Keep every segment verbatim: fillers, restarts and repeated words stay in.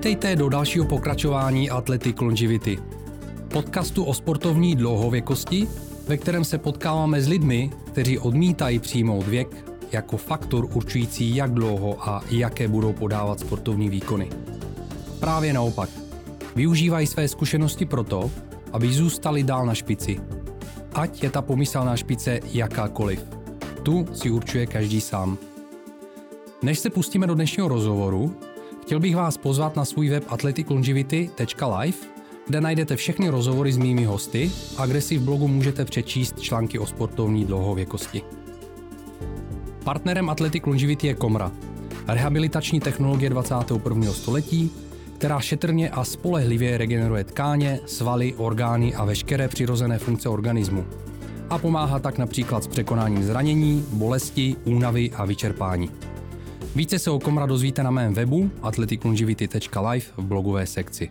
Vítejte do dalšího pokračování Athletic Longevity, podcastu o sportovní dlouhověkosti, ve kterém se potkáváme s lidmi, kteří odmítají přijmout věk jako faktor určující, jak dlouho a jaké budou podávat sportovní výkony. Právě naopak, využívají své zkušenosti proto, aby zůstali dál na špici. Ať je ta pomyslná špice jakákoliv. Tu si určuje každý sám. Než se pustíme do dnešního rozhovoru, chtěl bych vás pozvat na svůj web athletic longevity tečka live, kde najdete všechny rozhovory s mými hosty a kde si v blogu můžete přečíst články o sportovní dlouhověkosti. Partnerem Athletic Longevity je Komra, rehabilitační technologie dvacátého prvního století, která šetrně a spolehlivě regeneruje tkáně, svaly, orgány a veškeré přirozené funkce organismu. A pomáhá tak například s překonáním zranění, bolesti, únavy a vyčerpání. Více se o Komra dozvíte na mém webu athletic longevity tečka live v blogové sekci.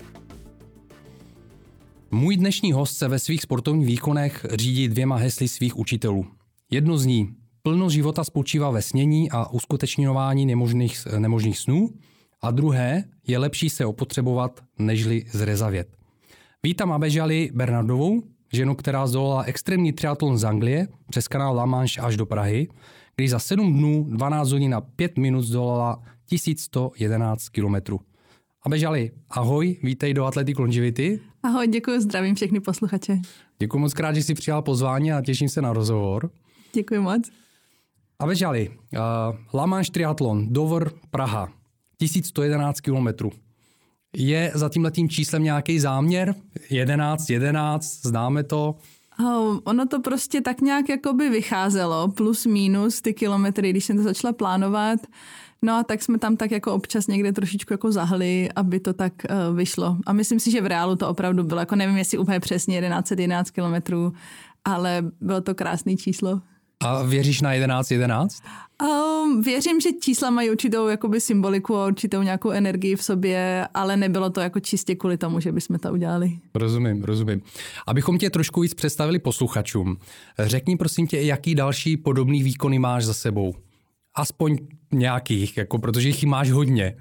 Můj dnešní host se ve svých sportovních výkonech řídí dvěma hesly svých učitelů. Jedno z ní: plnost života spočívá ve snění a uskutečňování nemožných, nemožných snů, a druhé je lepší se opotřebovat, nežli zrezavět. Vítám Abejali Bernardovou, ženu, která zdolala extrémní triatlon z Anglie přes kanál La Manche až do Prahy, když za sedm dnů, dvanáct hodin a pět minut zdolala tisíc sto jedenáct kilometrů. Abejali, ahoj, vítej do Athletic Longevity. Ahoj, děkuji, zdravím všechny posluchače. Děkuji moc krát, že jsi přijal pozvání a těším se na rozhovor. Děkuji moc. Abejali, uh, La Manche triatlon, Dover, Praha, tisíc sto jedenáct kilometrů. Je za tímhletím číslem nějaký záměr? jedenáct, jedenáct, známe to? Oh, ono to prostě tak nějak jakoby vycházelo, plus minus ty kilometry, když jsem to začala plánovat. No a tak jsme tam tak jako občas někde trošičku jako zahli, aby to tak uh, vyšlo. A myslím si, že v reálu to opravdu bylo, jako nevím, jestli úplně přesně jedenáct set jedenáct kilometrů, ale bylo to krásné číslo. A věříš na jedenáct jedenáct? Um, věřím, že čísla mají určitou jakoby symboliku a určitou nějakou energii v sobě, ale nebylo to jako čistě kvůli tomu, že bychom to udělali. Rozumím, rozumím. Abychom tě trošku víc představili posluchačům, řekni prosím tě, jaký další podobný výkony máš za sebou. Aspoň nějakých, jako, protože jich máš hodně.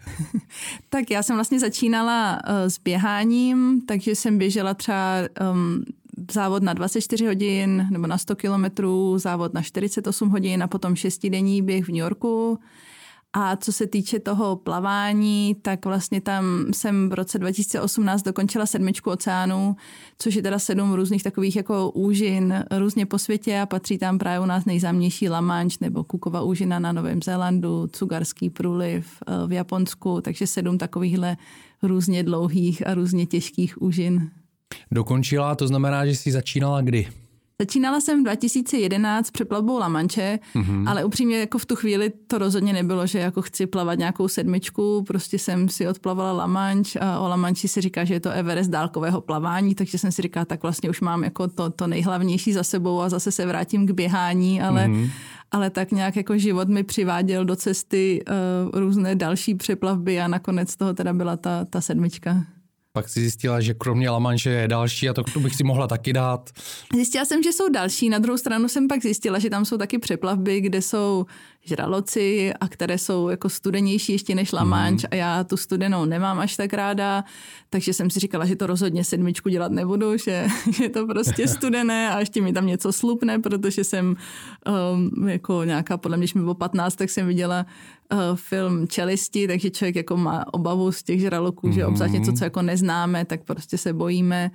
Tak já jsem vlastně začínala uh, s běháním, takže jsem běžela třeba um, závod na dvacet čtyři hodin nebo na sto kilometrů, závod na čtyřicet osm hodin a potom šestidenní běh v New Yorku. A co se týče toho plavání, tak vlastně tam jsem v roce dva tisíce osmnáct dokončila sedmičku oceánů, což je teda sedm různých takových jako úžin různě po světě a patří tam právě u nás nejznámější La Manche nebo Cookova úžina na Novém Zélandu, Tsugarský průliv v Japonsku, takže sedm takovýchhle různě dlouhých a různě těžkých úžin. Dokončila, to znamená, že jsi začínala kdy? Začínala jsem v dva tisíce jedenáct přeplavbou La Manche, mm-hmm. ale upřímně jako v tu chvíli to rozhodně nebylo, že jako chci plavat nějakou sedmičku, prostě jsem si odplavala La Manche a o La Manche si říká, že je to Everest dálkového plavání, takže jsem si říkala, tak vlastně už mám jako to, to nejhlavnější za sebou a zase se vrátím k běhání, ale, mm-hmm. ale tak nějak jako život mi přiváděl do cesty uh, různé další přeplavby a nakonec toho teda byla ta, ta sedmička. Pak si zjistila, že kromě La Manche je další a to, to bych si mohla taky dát. Zjistila jsem, že jsou další. Na druhou stranu jsem pak zjistila, že tam jsou taky přeplavby, kde jsou žraloci a které jsou jako studenější ještě než La Manche mm. a já tu studenou nemám až tak ráda, takže jsem si říkala, že to rozhodně sedmičku dělat nebudu, že je to prostě studené a ještě mi tam něco slupne, protože jsem um, jako nějaká, podle mě, když mi bylo patnáct, tak jsem viděla uh, film Čelisti, takže člověk jako má obavu z těch žraloků, mm. že obzvlášť něco, co jako neznáme, tak prostě se bojíme.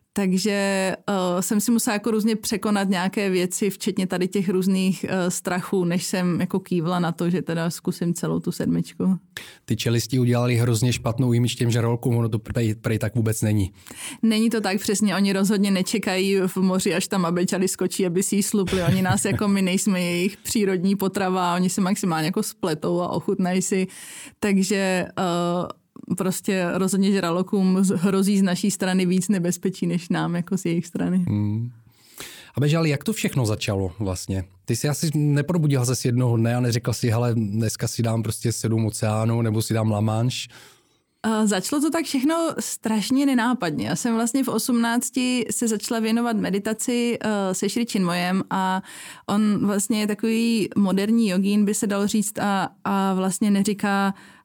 Takže uh, jsem si musela jako různě překonat nějaké věci, včetně tady těch různých uh, strachů, než jsem jako kývla na to, že teda zkusím celou tu sedmičku. Ty čelisti udělali hrozně špatnou imič těm žralokům, ono to prej, prej tak vůbec není. Není to tak přesně, oni rozhodně nečekají v moři, až tam Abejali skočí, aby si ji slupli. Oni nás jako my nejsme jejich přírodní potrava, oni se maximálně jako spletou a ochutnají si. Takže uh, prostě rozhodně žralokům hrozí z naší strany víc nebezpečí, než nám jako z jejich strany. Hmm. Abejali, jak to všechno začalo vlastně? Ty jsi asi neprobudila se z jednoho dne a neřekla si, hele, dneska si dám prostě sedm oceánů nebo si dám La Manche. Uh, začalo to tak všechno strašně nenápadně. Já jsem vlastně v osmnácti se začala věnovat meditaci uh, se Šri Chinmoyem a on vlastně je takový moderní jogín, by se dalo říct, a, a vlastně neříká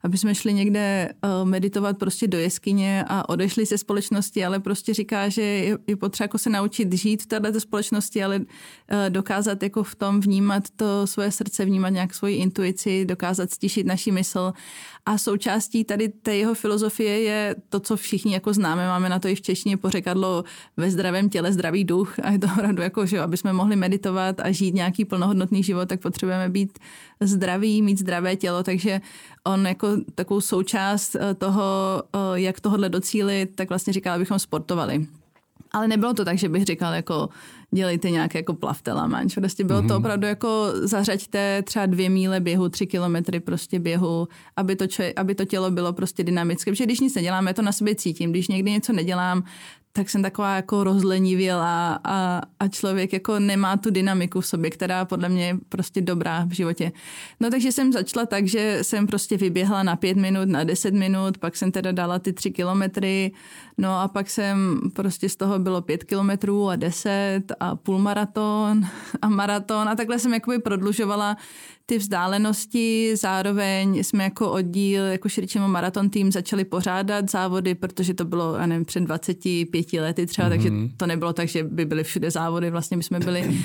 aby jsme šli někde uh, meditovat prostě do jeskyně a odešli ze společnosti, ale prostě říká, že je, je potřeba jako se naučit žít v této společnosti, ale uh, dokázat jako v tom vnímat to svoje srdce, vnímat nějak svoji intuici, dokázat stišit naši mysl. A součástí tady té jeho filozofie je to, co všichni jako známe, máme na to i v češtině pořekadlo ve zdravém těle zdravý duch a je to opravdu jako, že aby jsme mohli meditovat a žít nějaký plnohodnotný život, tak potřebujeme být zdraví, mít zdravé tělo, takže on jako takovou součást toho, jak tohle docílit, tak vlastně říkal, abychom sportovali. Ale nebylo to tak, že bych říkal, jako dělejte nějaké jako plavte La Manche. Prostě bylo mm-hmm. to opravdu jako zařaďte třeba dvě míle běhu, tři kilometry prostě běhu, aby to, če, aby to tělo bylo prostě dynamické. Protože když nic nedělám, já to na sobě cítím. Když někdy něco nedělám, tak jsem taková jako rozlenivělá a, a člověk jako nemá tu dynamiku v sobě, která podle mě je prostě dobrá v životě. No takže jsem začala tak, že jsem prostě vyběhla na pět minut, na deset minut, pak jsem teda dala ty tři kilometry, no a pak jsem prostě z toho bylo pět kilometrů a deset a půlmaraton a maraton a takhle jsem jakoby prodlužovala ty vzdálenosti, zároveň jsme jako oddíl, jako Širčimo maraton tým začali pořádat závody, protože to bylo, já nevím, před dvaceti pěti lety třeba, mm-hmm. takže to nebylo tak, že by byly všude závody, vlastně my jsme byli uh,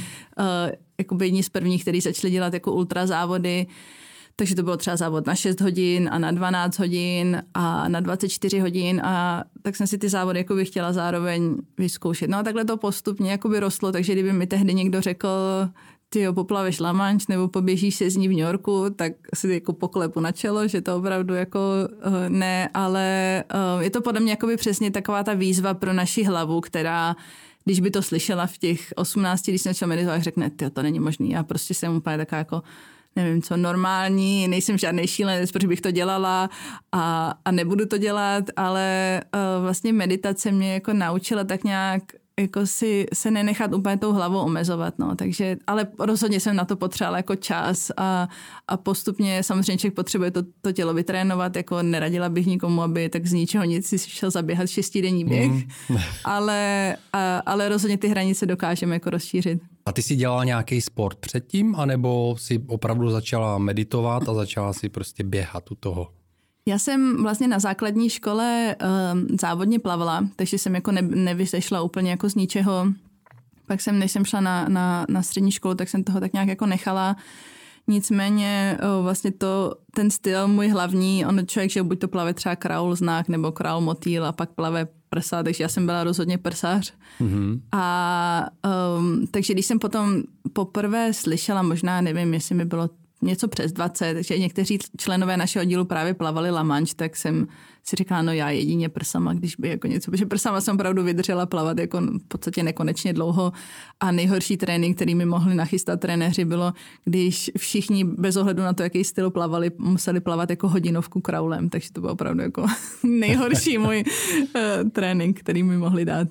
jako jedni z prvních, kteří začali dělat jako ultra závody, takže to bylo třeba závod na šest hodin a na dvanáct hodin a na dvacet čtyři hodin a tak jsem si ty závody jako by chtěla zároveň vyzkoušet. No a takhle to postupně jako by rostlo, takže kdyby mi tehdy někdo řekl, ty jo, poplaveš La Manche nebo poběžíš se z ní v New Yorku, tak si jako poklepu na čelo, že to opravdu jako uh, ne, ale uh, je to podle mě jakoby přesně taková ta výzva pro naši hlavu, která, když by to slyšela v těch osmnácti, když jsem začala meditovat, řekne, ty to není možný, já prostě jsem úplně taková jako nevím co, normální, nejsem žádný šílenec, protože bych to dělala a, a nebudu to dělat, ale uh, vlastně meditace mě jako naučila tak nějak jako si se nenechat úplně tou hlavou omezovat, no, takže, ale rozhodně jsem na to potřebovala jako čas a, a postupně samozřejmě člověk potřebuje to, to tělo vytrénovat, jako neradila bych nikomu, aby tak z ničeho nic si šel zaběhat šestidenní běh, mm. ale, a, ale rozhodně ty hranice dokážeme jako rozšířit. A ty jsi dělala nějaký sport předtím, anebo si opravdu začala meditovat a začala si prostě běhat u toho? Já jsem vlastně na základní škole um, závodně plavala, takže jsem jako ne, nevysešla úplně jako z ničeho. Pak jsem, než jsem šla na, na, na střední školu, tak jsem toho tak nějak jako nechala. Nicméně o, vlastně to, ten styl můj hlavní, on člověk, že buď to plave třeba kraul znak nebo kraul motýl a pak plave prsa, takže já jsem byla rozhodně prsař. Mm-hmm. A um, takže když jsem potom poprvé slyšela, možná nevím, jestli mi bylo něco přes dvacet, že někteří členové našeho dílu právě plavali La Manche, tak jsem si říkala, no já jedině prsama, když by jako něco, protože prsama jsem opravdu vydržela plavat jako v podstatě nekonečně dlouho a nejhorší trénink, který mi mohli nachystat trenéři, bylo, když všichni bez ohledu na to, jaký styl plavali, museli plavat jako hodinovku kraulem, takže to byl opravdu jako nejhorší můj uh, trénink, který mi mohli dát.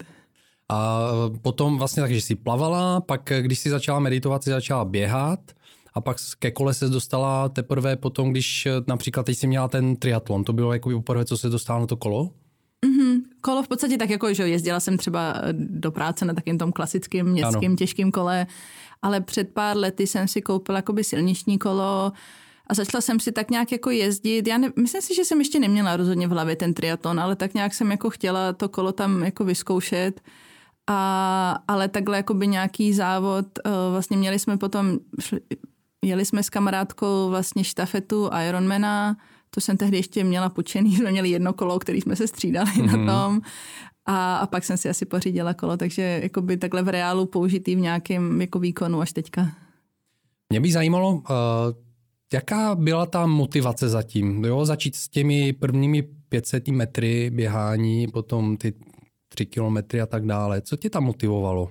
A potom vlastně takže jsi plavala, pak když jsi začala meditovat, jsi začala běhat, a pak ke kole se dostala teprve potom, když například teď jsi měla ten triatlon. To bylo jako poprvé, co se dostala na to kolo? Mm-hmm. Kolo v podstatě tak jako, že jezdila jsem třeba do práce na takým tom klasickém městském těžkém kole, ale před pár lety jsem si koupila jakoby silniční kolo a začala jsem si tak nějak jako jezdit. Já ne, myslím si, že jsem ještě neměla rozhodně v hlavě ten triatlon, ale tak nějak jsem jako chtěla to kolo tam jako vyzkoušet. A, ale takhle jakoby nějaký závod, vlastně měli jsme potom... Šli, Jeli jsme s kamarádkou vlastně štafetu Ironmana, to jsem tehdy ještě měla půjčený, jsme měli jedno kolo, který jsme se střídali mm-hmm. na tom a, a pak jsem si asi pořídila kolo, takže jakoby takhle v reálu použitý v nějakém jako výkonu až teďka. Mě by zajímalo, uh, jaká byla ta motivace zatím, jo? Začít s těmi prvními pět set metry běhání, potom ty tři kilometry a tak dále. Co tě tam motivovalo?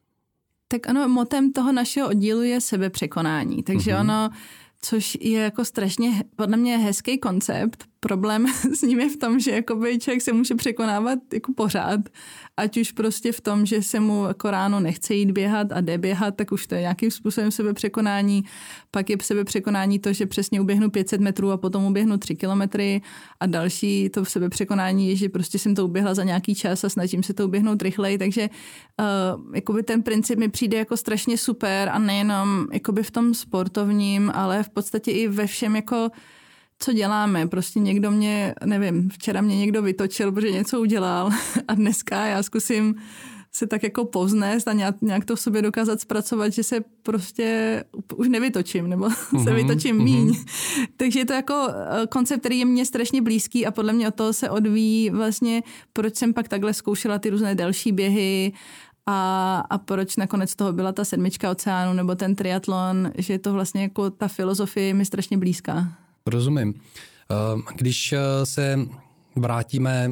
Tak ano, motem toho našeho oddílu je sebepřekonání, takže uh-huh. ono, což je jako strašně podle mě hezký koncept. Problém s ním je v tom, že jakoby člověk se může překonávat jako pořád, ať už prostě v tom, že se mu jako ráno nechce jít běhat a jde běhat, tak už to je nějakým způsobem sebepřekonání. Pak je sebepřekonání to, že přesně uběhnu pět set metrů a potom uběhnu tři kilometry a další to sebepřekonání je, že prostě jsem to uběhla za nějaký čas a snažím se to uběhnout rychleji, takže uh, jakoby ten princip mi přijde jako strašně super a nejenom jakoby v tom sportovním, ale v podstatě i ve všem jako co děláme. Prostě někdo mě, nevím, včera mě někdo vytočil, protože něco udělal a dneska já zkusím se tak jako povznést a nějak, nějak to v sobě dokázat zpracovat, že se prostě už nevytočím, nebo mm-hmm, se vytočím mm-hmm. míň. Takže je to jako koncept, který je mně strašně blízký a podle mě od toho se odvíjí vlastně, proč jsem pak takhle zkoušela ty různé delší běhy a, a proč nakonec toho byla ta sedmička oceánu nebo ten triatlon, že je to vlastně jako ta filozofie je mi strašně blízká. Rozumím. Když se vrátíme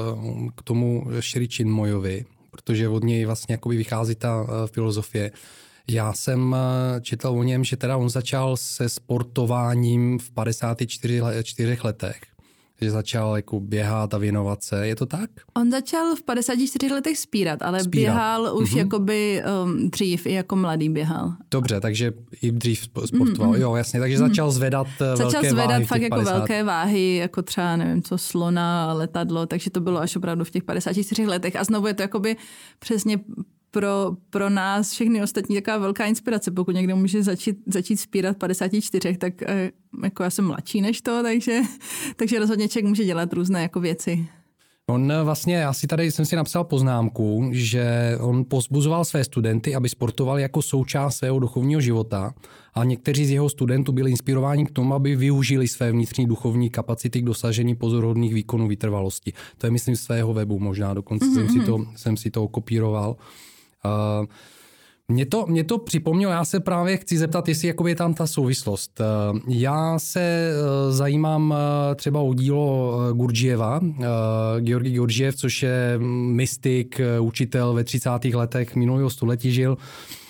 k tomu Šri Chinmoyovi, protože od něj vlastně jakoby vychází ta filozofie. Já jsem četl o něm, že teda on začal se sportováním v padesáti čtyřech letech. Že začal jako běhat a věnovat se. Je to tak? On začal v padesáti čtyřech letech spírat, ale spírat. běhal už mm-hmm. jakoby um, dřív, i jako mladý běhal. Dobře, takže i dřív sportoval. Mm-hmm. Jo, jasně, takže mm-hmm. začal zvedat začal velké zvedat váhy. Začal zvedat fakt jako padesát velké váhy, jako třeba, nevím co, slona, letadlo, takže to bylo až opravdu v těch padesáti čtyřech letech. A znovu je to jakoby přesně pro, pro nás všechny ostatní taková velká inspirace. Pokud někdo může začít, začít spírat v padesáti čtyřech, tak eh, jako já jsem mladší než to, takže, takže rozhodně člověk může dělat různé jako věci. On vlastně, já si tady jsem si napsal poznámku, že on povzbuzoval své studenty, aby sportovali jako součást svého duchovního života a někteří z jeho studentů byli inspirováni k tomu, aby využili své vnitřní duchovní kapacity k dosažení pozoruhodných výkonů vytrvalosti. To je myslím svého webu, možná dokonce mm-hmm. jsem, si to, jsem si to kopíroval. Uh, Mě to, mě to připomnělo, já se právě chci zeptat, jestli jakoby je tam ta souvislost. Já se zajímám třeba o dílo Gurdjieva, Georgi Gurdjiev, což je mystik, učitel ve třicátých letech minulého století žil.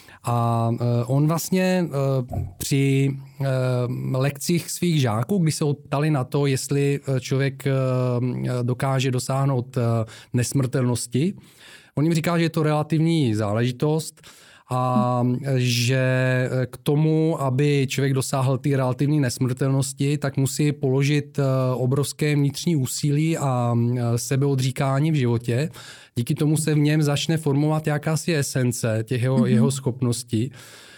A on vlastně při lekcích svých žáků, když se ptali na to, jestli člověk dokáže dosáhnout nesmrtelnosti, on jim říká, že je to relativní záležitost, a že k tomu, aby člověk dosáhl té relativní nesmrtelnosti, tak musí položit obrovské vnitřní úsilí a sebeodříkání v životě. Díky tomu se v něm začne formovat jakási esence těch jeho, mm-hmm. jeho schopností,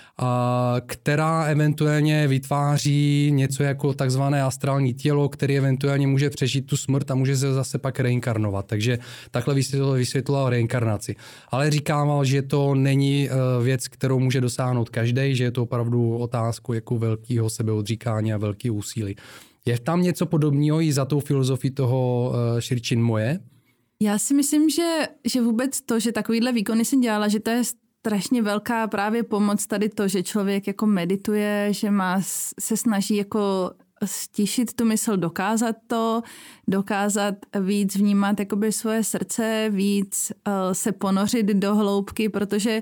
a která eventuálně vytváří něco jako takzvané astrální tělo, který eventuálně může přežít tu smrt a může se zase pak reinkarnovat. Takže takhle vysvětloval reinkarnaci. Ale říkával, že to není věc, kterou může dosáhnout každý, že je to opravdu otázku jako velkého sebeodříkání a velký úsilí. Je tam něco podobného i za tou filozofií toho Šri Chinmoye? Já si myslím, že, že vůbec to, že takovýhle výkony jsem dělala, že to je strašně velká právě pomoc tady to, že člověk jako medituje, že má, se snaží jako stišit tu mysl, dokázat to, dokázat víc vnímat jakoby svoje srdce, víc uh, se ponořit do hloubky, protože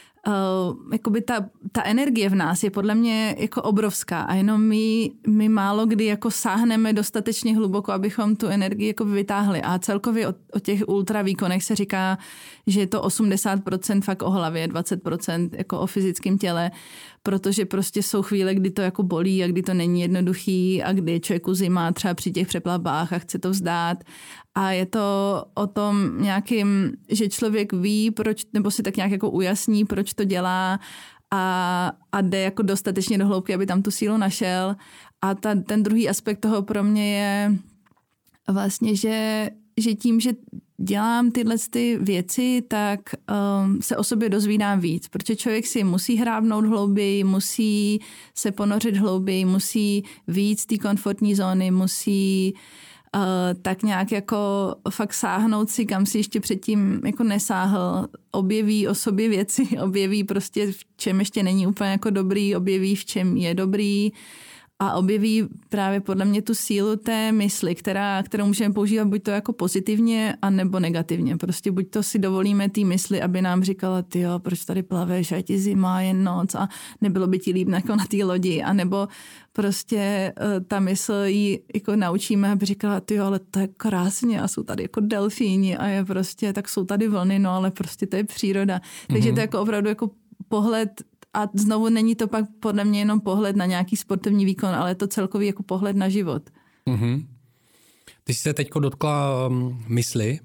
uh, jakoby ta, ta energie v nás je podle mě jako obrovská a jenom my, my málo kdy jako sáhneme dostatečně hluboko, abychom tu energii jako vytáhli. A celkově o, o těch ultravýkonech se říká, že je to osmdesát procent fakt o hlavě, dvacet procent jako o fyzickém těle, protože prostě jsou chvíle, kdy to jako bolí a kdy to není jednoduchý a kdy člověku zima třeba při těch přeplavbách a chce to vzdát. A je to o tom nějakým, že člověk ví, proč, nebo si tak nějak jako ujasní, proč to dělá a, a jde jako dostatečně do hloubky, aby tam tu sílu našel. A ta, ten druhý aspekt toho pro mě je vlastně, že, že tím, že dělám tyhle ty věci, tak um, se o sobě dozvídám víc, protože člověk si musí hrábnout hlouběji, musí se ponořit hlouběji, musí víc té komfortní zóny, musí uh, tak nějak jako fakt sáhnout si, kam si ještě předtím jako nesáhl, objeví o sobě věci, objeví prostě v čem ještě není úplně jako dobrý, objeví v čem je dobrý, a objeví právě podle mě tu sílu té mysli, která, kterou můžeme používat buď to jako pozitivně, anebo negativně. Prostě buď to si dovolíme té mysli, aby nám říkala, tyjo, proč tady plaveš, a ti zima, je noc a nebylo by ti líp jako na té lodi, anebo prostě ta mysl ji jako naučíme, aby říkala, tyjo, ale to je krásně a jsou tady jako delfíni a je prostě, tak jsou tady vlny, no ale prostě to je příroda. Takže mm-hmm. to je jako opravdu jako pohled. A znovu není to pak podle mě jenom pohled na nějaký sportovní výkon, ale je to celkový jako pohled na život. Mm-hmm. Ty jsi se teďko dotkla um, mysli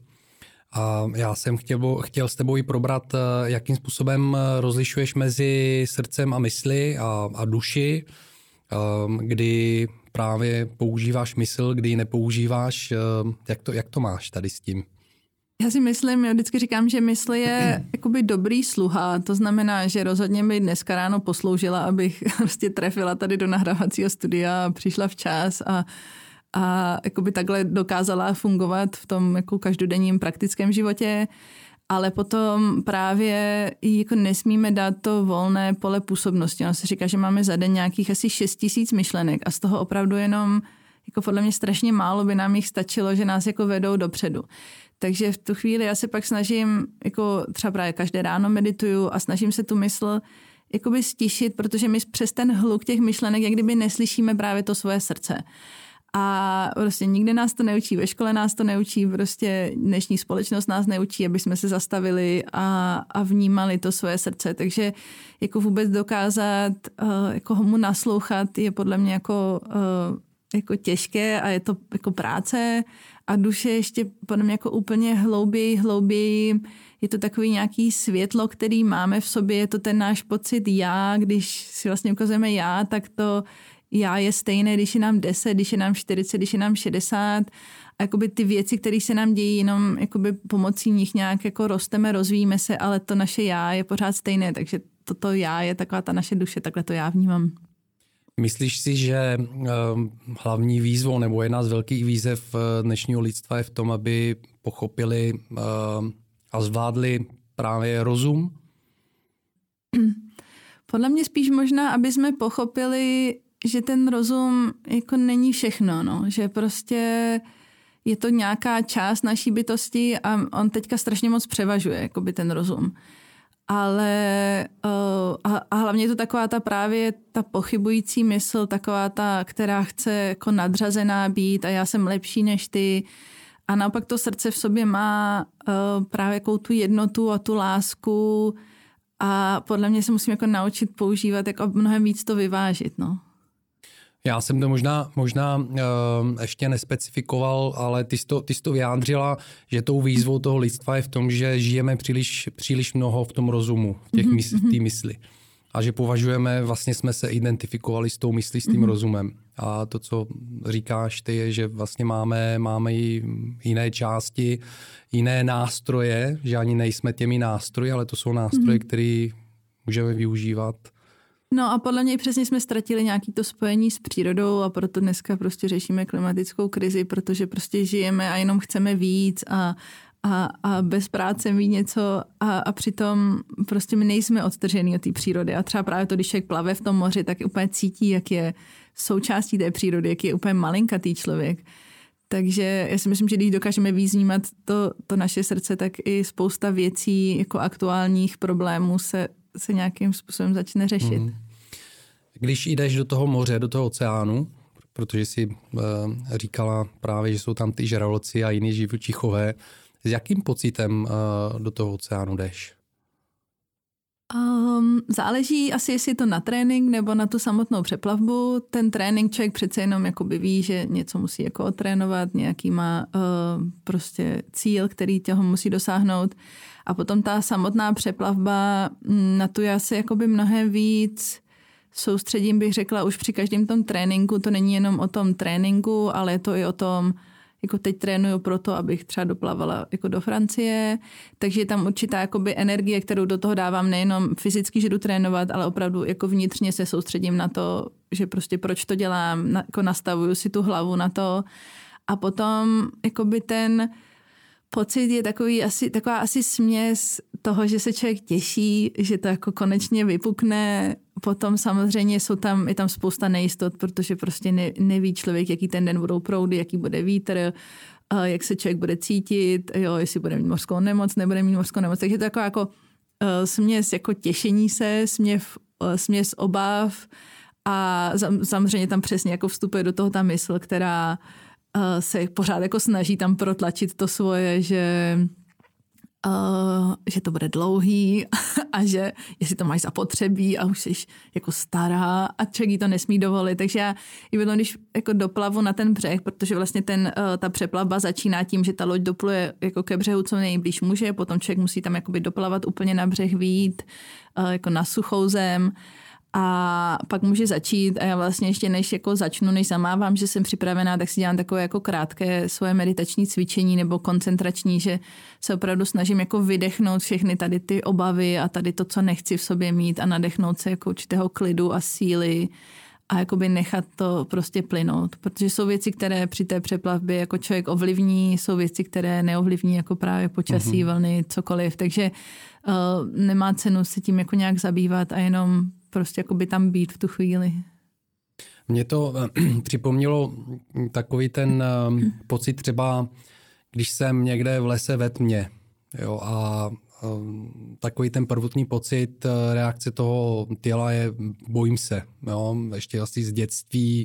a já jsem chtěl, chtěl s tebou i probrat, jakým způsobem rozlišuješ mezi srdcem a mysli a, a duši, um, kdy právě používáš mysl, kdy ji nepoužíváš. Jak to, jak to máš tady s tím? Já si myslím, já vždycky říkám, že mysl je jakoby dobrý sluha. To znamená, že rozhodně mi dneska ráno posloužila, abych prostě trefila tady do nahrávacího studia a přišla včas a, a jakoby takhle dokázala fungovat v tom jako každodenním praktickém životě. Ale potom právě jako nesmíme dát to volné pole působnosti. Ono se říká, že máme za den nějakých asi šest tisíc myšlenek a z toho opravdu jenom jako podle mě strašně málo by nám jich stačilo, že nás jako vedou dopředu. Takže v tu chvíli já se pak snažím, jako třeba právě každé ráno medituju a snažím se tu mysl jakoby stišit, protože my přes ten hluk těch myšlenek jak kdyby neslyšíme právě to svoje srdce. A prostě nikdy nás to neučí, ve škole nás to neučí, prostě dnešní společnost nás neučí, aby jsme se zastavili a, a vnímali to svoje srdce. Takže jako vůbec dokázat uh, jako mu naslouchat je podle mě jako, uh, jako těžké a je to jako práce a duše ještě podle mě jako úplně hlouběji, hlouběji. Je to takový nějaký světlo, který máme v sobě, je to ten náš pocit já, když si vlastně ukazujeme já, tak to já je stejné, když je nám deset, když je nám čtyřicet, když je nám šedesát. A jakoby ty věci, které se nám dějí, jenom jakoby pomocí nich nějak jako rosteme, rozvíjíme se, ale to naše já je pořád stejné, takže toto já je taková ta naše duše, takhle to já vnímám. Myslíš si, že uh, hlavní výzvou nebo jedna z velkých výzev dnešního lidstva je v tom, aby pochopili uh, a zvládli právě rozum? Podle mě spíš možná, aby jsme pochopili, že ten rozum jako není všechno, no. Že prostě je to nějaká část naší bytosti a on teďka strašně moc převažuje, jakoby ten rozum. Ale uh, a, a hlavně je to taková ta právě ta pochybující mysl, taková ta, která chce jako nadřazená být a já jsem lepší než ty. A naopak to srdce v sobě má uh, právě jako tu jednotu a tu lásku a podle mě se musím jako naučit používat, jako mnohem víc to vyvážit, no. Já jsem to možná, možná uh, ještě nespecifikoval, ale ty jsi, to, ty jsi to vyjádřila, že tou výzvou toho lidstva je v tom, že žijeme příliš, příliš mnoho v tom rozumu, v těch mysl, v té mysli. A že považujeme, vlastně jsme se identifikovali s tou myslí, s tím mm-hmm. rozumem. A to, co říkáš ty, je, že vlastně máme, máme i jiné části, jiné nástroje, že ani nejsme těmi nástroji, ale to jsou nástroje, mm-hmm. které můžeme využívat. No a podle mě přesně jsme ztratili nějaké to spojení s přírodou a proto dneska prostě řešíme klimatickou krizi, protože prostě žijeme a jenom chceme víc a, a, a bez práce mít něco a, a přitom prostě my nejsme odtržení od té přírody a třeba právě to, když člověk plave v tom moři, tak úplně cítí, jak je součástí té přírody, jak je úplně malinkatý člověk. Takže já si myslím, že když dokážeme víc vnímat to, to naše srdce, tak i spousta věcí jako aktuálních problémů se se nějakým způsobem začne řešit. Mm. Když jdeš do toho moře, do toho oceánu, protože jsi uh, říkala právě, že jsou tam ty žraloci a jiný živočichové, s jakým pocitem uh, do toho oceánu jdeš? Um, záleží asi, jestli je to na trénink nebo na tu samotnou přeplavbu. Ten trénink člověk přece jenom jakoby ví, že něco musí jako otrénovat, nějaký má uh, prostě cíl, který toho musí dosáhnout. A potom ta samotná přeplavba, na tu já se jakoby mnohem víc soustředím, bych řekla, už při každém tom tréninku. To není jenom o tom tréninku, ale je to i o tom, jako teď trénuju proto, abych třeba doplavala jako do Francie. Takže je tam určitá jakoby energie, kterou do toho dávám nejenom fyzicky, že jdu trénovat, ale opravdu jako vnitřně se soustředím na to, že prostě proč to dělám, jako nastavuju si tu hlavu na to. A potom jakoby ten pocit je takový asi, taková asi směs toho, že se člověk těší, že to jako konečně vypukne. Potom samozřejmě jsou tam, je tam spousta nejistot, protože prostě ne, neví člověk, jaký ten den budou proudy, jaký bude vítr, jak se člověk bude cítit, jo, jestli bude mít mořskou nemoc, nebude mít mořskou nemoc. Takže to je taková jako směs jako těšení se, směs, směs obav a samozřejmě tam přesně jako vstupuje do toho ta mysl, která se pořád jako snaží tam protlačit to svoje, že, uh, že to bude dlouhý a že jestli to máš zapotřebí a už jsi jako stará a člověk jí to nesmí dovolit. Takže já i potom, když jako doplavu na ten břeh, protože vlastně ten, uh, ta přeplavba začíná tím, že ta loď dopluje jako ke břehu co nejblíž může, potom člověk musí tam jakoby doplavat úplně na břeh, vyjít uh, jako na suchou zem. a pak může začít a já vlastně ještě než jako začnu, než zamávám, že jsem připravená, tak si dělám takové jako krátké svoje meditační cvičení nebo koncentrační, že se opravdu snažím jako vydechnout všechny tady ty obavy a tady to, co nechci v sobě mít a nadechnout se jako určitého klidu a síly a jakoby nechat to prostě plynout, protože jsou věci, které při té přeplavbě jako člověk ovlivní, jsou věci, které neovlivní jako právě počasí, mm-hmm. vlny, cokoliv, takže uh, nemá cenu se tím jako nějak zabývat a jenom prostě jakoby tam být v tu chvíli. Mně to uh, připomnělo takový ten uh, pocit třeba, když jsem někde v lese ve tmě, jo, a takový ten prvotní pocit reakce toho těla je bojím se, jo, ještě asi z dětství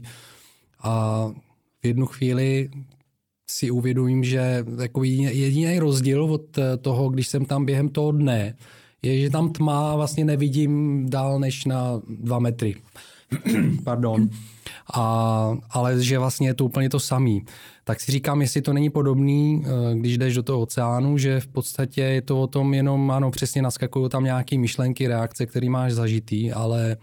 a v jednu chvíli si uvědomím, že takový jediný rozdíl od toho, když jsem tam během toho dne, je, že tam tma a vlastně nevidím dál než na dva metry. Pardon. A, ale že vlastně je to úplně to samý. Tak si říkám, jestli to není podobný, když jdeš do toho oceánu, že v podstatě je to o tom jenom, ano, přesně naskakují tam nějaké myšlenky, reakce, které máš zažitý, ale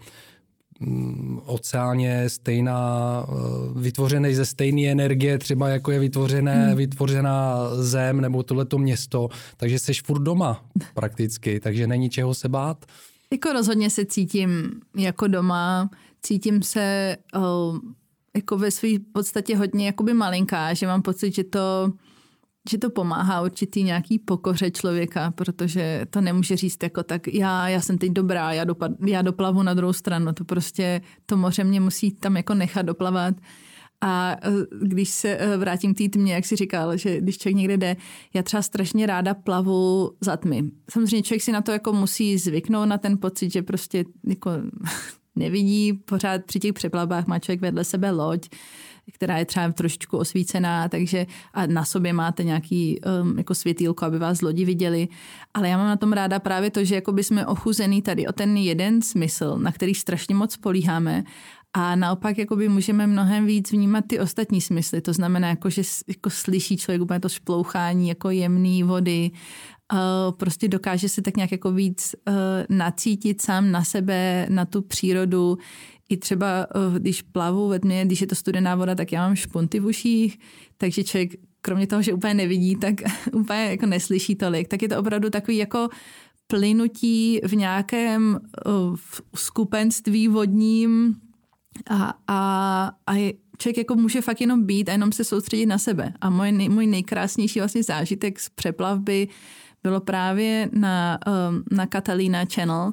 mm, oceán je stejná, vytvořený ze stejné energie, třeba jako je vytvořené, hmm. vytvořená zem nebo tohleto město, takže seš furt doma prakticky, takže není čeho se bát. Jako rozhodně se cítím jako doma, cítím se oh, jako ve své podstatě hodně jakoby malinká, že mám pocit, že to, že to pomáhá určitý nějaký pokoře člověka, protože to nemůže říct jako tak, já, já jsem teď dobrá, já, dopad, já doplavu na druhou stranu, to prostě to moře mě musí tam jako nechat doplavat. A když se vrátím k té tmě, jak jsi říkal, že když člověk někde jde, já třeba strašně ráda plavu za tmy. Samozřejmě člověk si na to jako musí zvyknout, na ten pocit, že prostě jako nevidí. Pořád při těch přeplavbách má člověk vedle sebe loď, která je třeba trošičku osvícená, takže a na sobě máte nějaký um, jako světýlko, aby vás z lodi viděli. Ale já mám na tom ráda právě to, že jako by jsme ochuzený tady o ten jeden smysl, na který strašně moc spolíháme. A naopak jakoby můžeme mnohem víc vnímat ty ostatní smysly. To znamená, jako, že jako slyší člověk úplně to šplouchání jako jemný vody. Uh, prostě dokáže se tak nějak jako víc uh, nacítit sám na sebe, na tu přírodu. I třeba, uh, když plavu ve tmě, když je to studená voda, tak já mám špunty v uších, takže člověk kromě toho, že úplně nevidí, tak úplně jako neslyší tolik. Tak je to opravdu takový jako plynutí v nějakém uh, skupenství vodním, A, a, a člověk jako může fakt jenom být a jenom se soustředit na sebe. A můj, nej, můj nejkrásnější vlastně zážitek z přeplavby bylo právě na, um, na Catalina Channel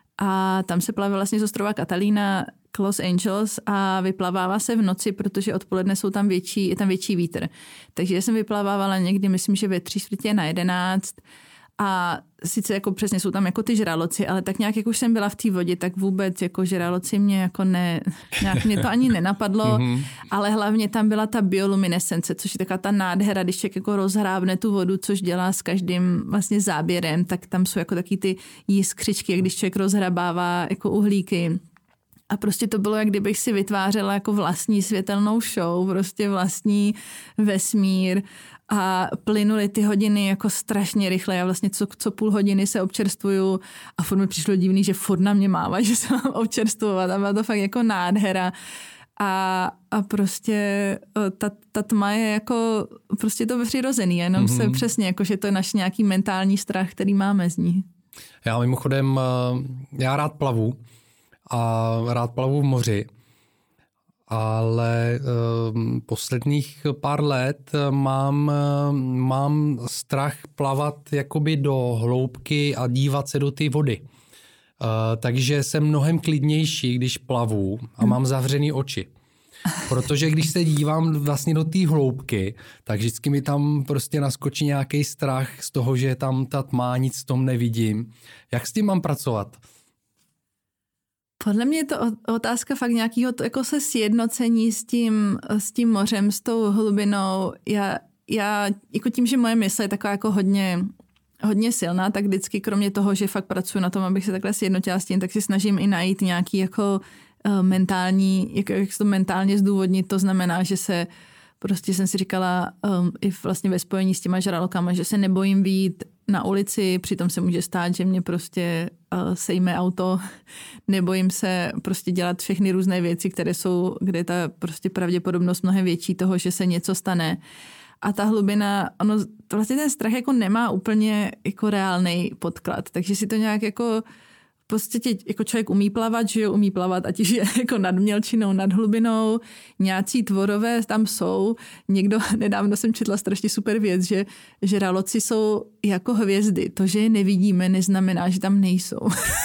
a tam se plave vlastně z ostrova Catalina k Los Angeles a vyplavává se v noci, protože odpoledne jsou tam větší, je tam větší vítr. Takže já jsem vyplavávala někdy, myslím, že ve tři čtvrtě na jedenáct. A sice jako přesně jsou tam jako ty žraloci, ale tak nějak, jak už jsem byla v té vodě, tak vůbec jako žraloci mě jako ne, nějak mě to ani nenapadlo, ale hlavně tam byla ta bioluminescence, což je taková ta nádhera, když člověk jako rozhrábne tu vodu, což dělá s každým vlastně záběrem, tak tam jsou jako taky ty jiskřičky, jak když člověk rozhrabává jako uhlíky. A prostě to bylo, jak kdybych si vytvářela jako vlastní světelnou show, prostě vlastní vesmír a plynuly ty hodiny jako strašně rychle. Já vlastně co, co půl hodiny se občerstvuju a furt mi přišlo divný, že furt na mě máva, že se mám občerstvovat a byla to fakt jako nádhera. A, a prostě ta, ta tma je jako prostě to přirozený, jenom mm-hmm. se přesně jako, že to je náš nějaký mentální strach, který máme z ní. Já mimochodem, já rád plavu. A rád plavu v moři, ale um, posledních pár let mám, mám strach plavat jakoby do hloubky a dívat se do té vody. Uh, takže jsem mnohem klidnější, když plavu a mám zavřený oči. Protože když se dívám vlastně do té hloubky, tak vždycky mi tam prostě naskočí nějaký strach z toho, že tam ta tma, nic v tom nevidím. Jak s tím mám pracovat? Podle mě je to otázka fakt nějakého jako se sjednocení s tím, s tím mořem, s tou hlubinou. Já, já jako tím, že moje mysl je taková jako hodně, hodně silná, tak vždycky kromě toho, že fakt pracuji na tom, abych se takhle sjednotila s tím, tak si snažím i najít nějaký jako uh, mentální, jak, jak se to mentálně zdůvodnit. To znamená, že se prostě jsem si říkala um, i vlastně ve spojení s těma žralokama, že se nebojím vyjít na ulici, přitom se může stát, že mě prostě uh, sejme auto, nebojím se prostě dělat všechny různé věci, které jsou, kde je ta prostě pravděpodobnost mnohem větší toho, že se něco stane. A ta hlubina, ono, vlastně ten strach jako nemá úplně jako reálnej podklad, takže si to nějak jako v podstatě jako člověk umí plavat, že jo, umí plavat, ať je jako nad mělčinou, nad hlubinou, nějací tvorové tam jsou. Někdo, nedávno jsem četla strašně super věc, že žraloci jsou jako hvězdy. To, že je nevidíme, neznamená, že tam nejsou.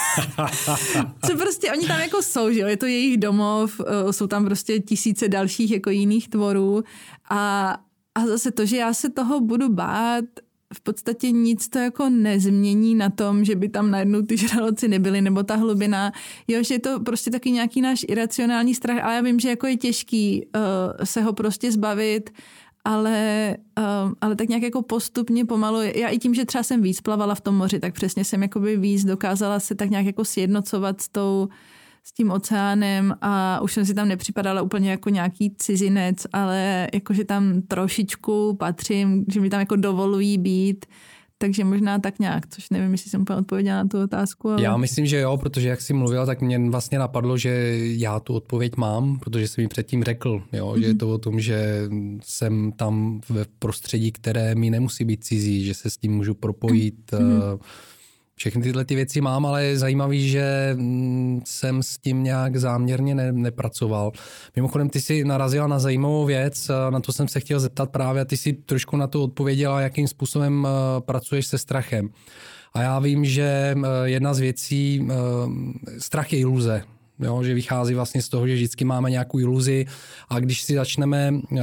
Co prostě, oni tam jako jsou, že jo, je to jejich domov, jsou tam prostě tisíce dalších jako jiných tvorů a A zase to, že já se toho budu bát, v podstatě nic to jako nezmění na tom, že by tam najednou ty žraloci nebyly, nebo ta hlubina. Jo, že je to prostě taky nějaký náš iracionální strach, ale já vím, že jako je těžký uh, se ho prostě zbavit, ale, uh, ale tak nějak jako postupně pomalu. Já i tím, že třeba jsem víc plavala v tom moři, tak přesně jsem jakoby víc dokázala se tak nějak jako sjednocovat s tou s tím oceánem a už jsem si tam nepřipadala úplně jako nějaký cizinec, ale jakože tam trošičku patřím, že mi tam jako dovolují být, takže možná tak nějak, což nevím, jestli jsem úplně odpověděla na tu otázku. Ale... Já myslím, že jo, protože jak jsi mluvila, tak mě vlastně napadlo, že já tu odpověď mám, protože jsem mi předtím řekl, jo, mm-hmm. že je to o tom, že jsem tam ve prostředí, které mi nemusí být cizí, že se s tím můžu propojit. Mm-hmm. Všechny tyhle ty věci mám, ale je zajímavý, že jsem s tím nějak záměrně ne, nepracoval. Mimochodem, ty jsi narazila na zajímavou věc, na to jsem se chtěl zeptat právě, ty jsi trošku na to odpověděla, jakým způsobem pracuješ se strachem. A já vím, že jedna z věcí, strach je iluze. Jo, že vychází vlastně z toho, že vždycky máme nějakou iluzi a když si začneme uh,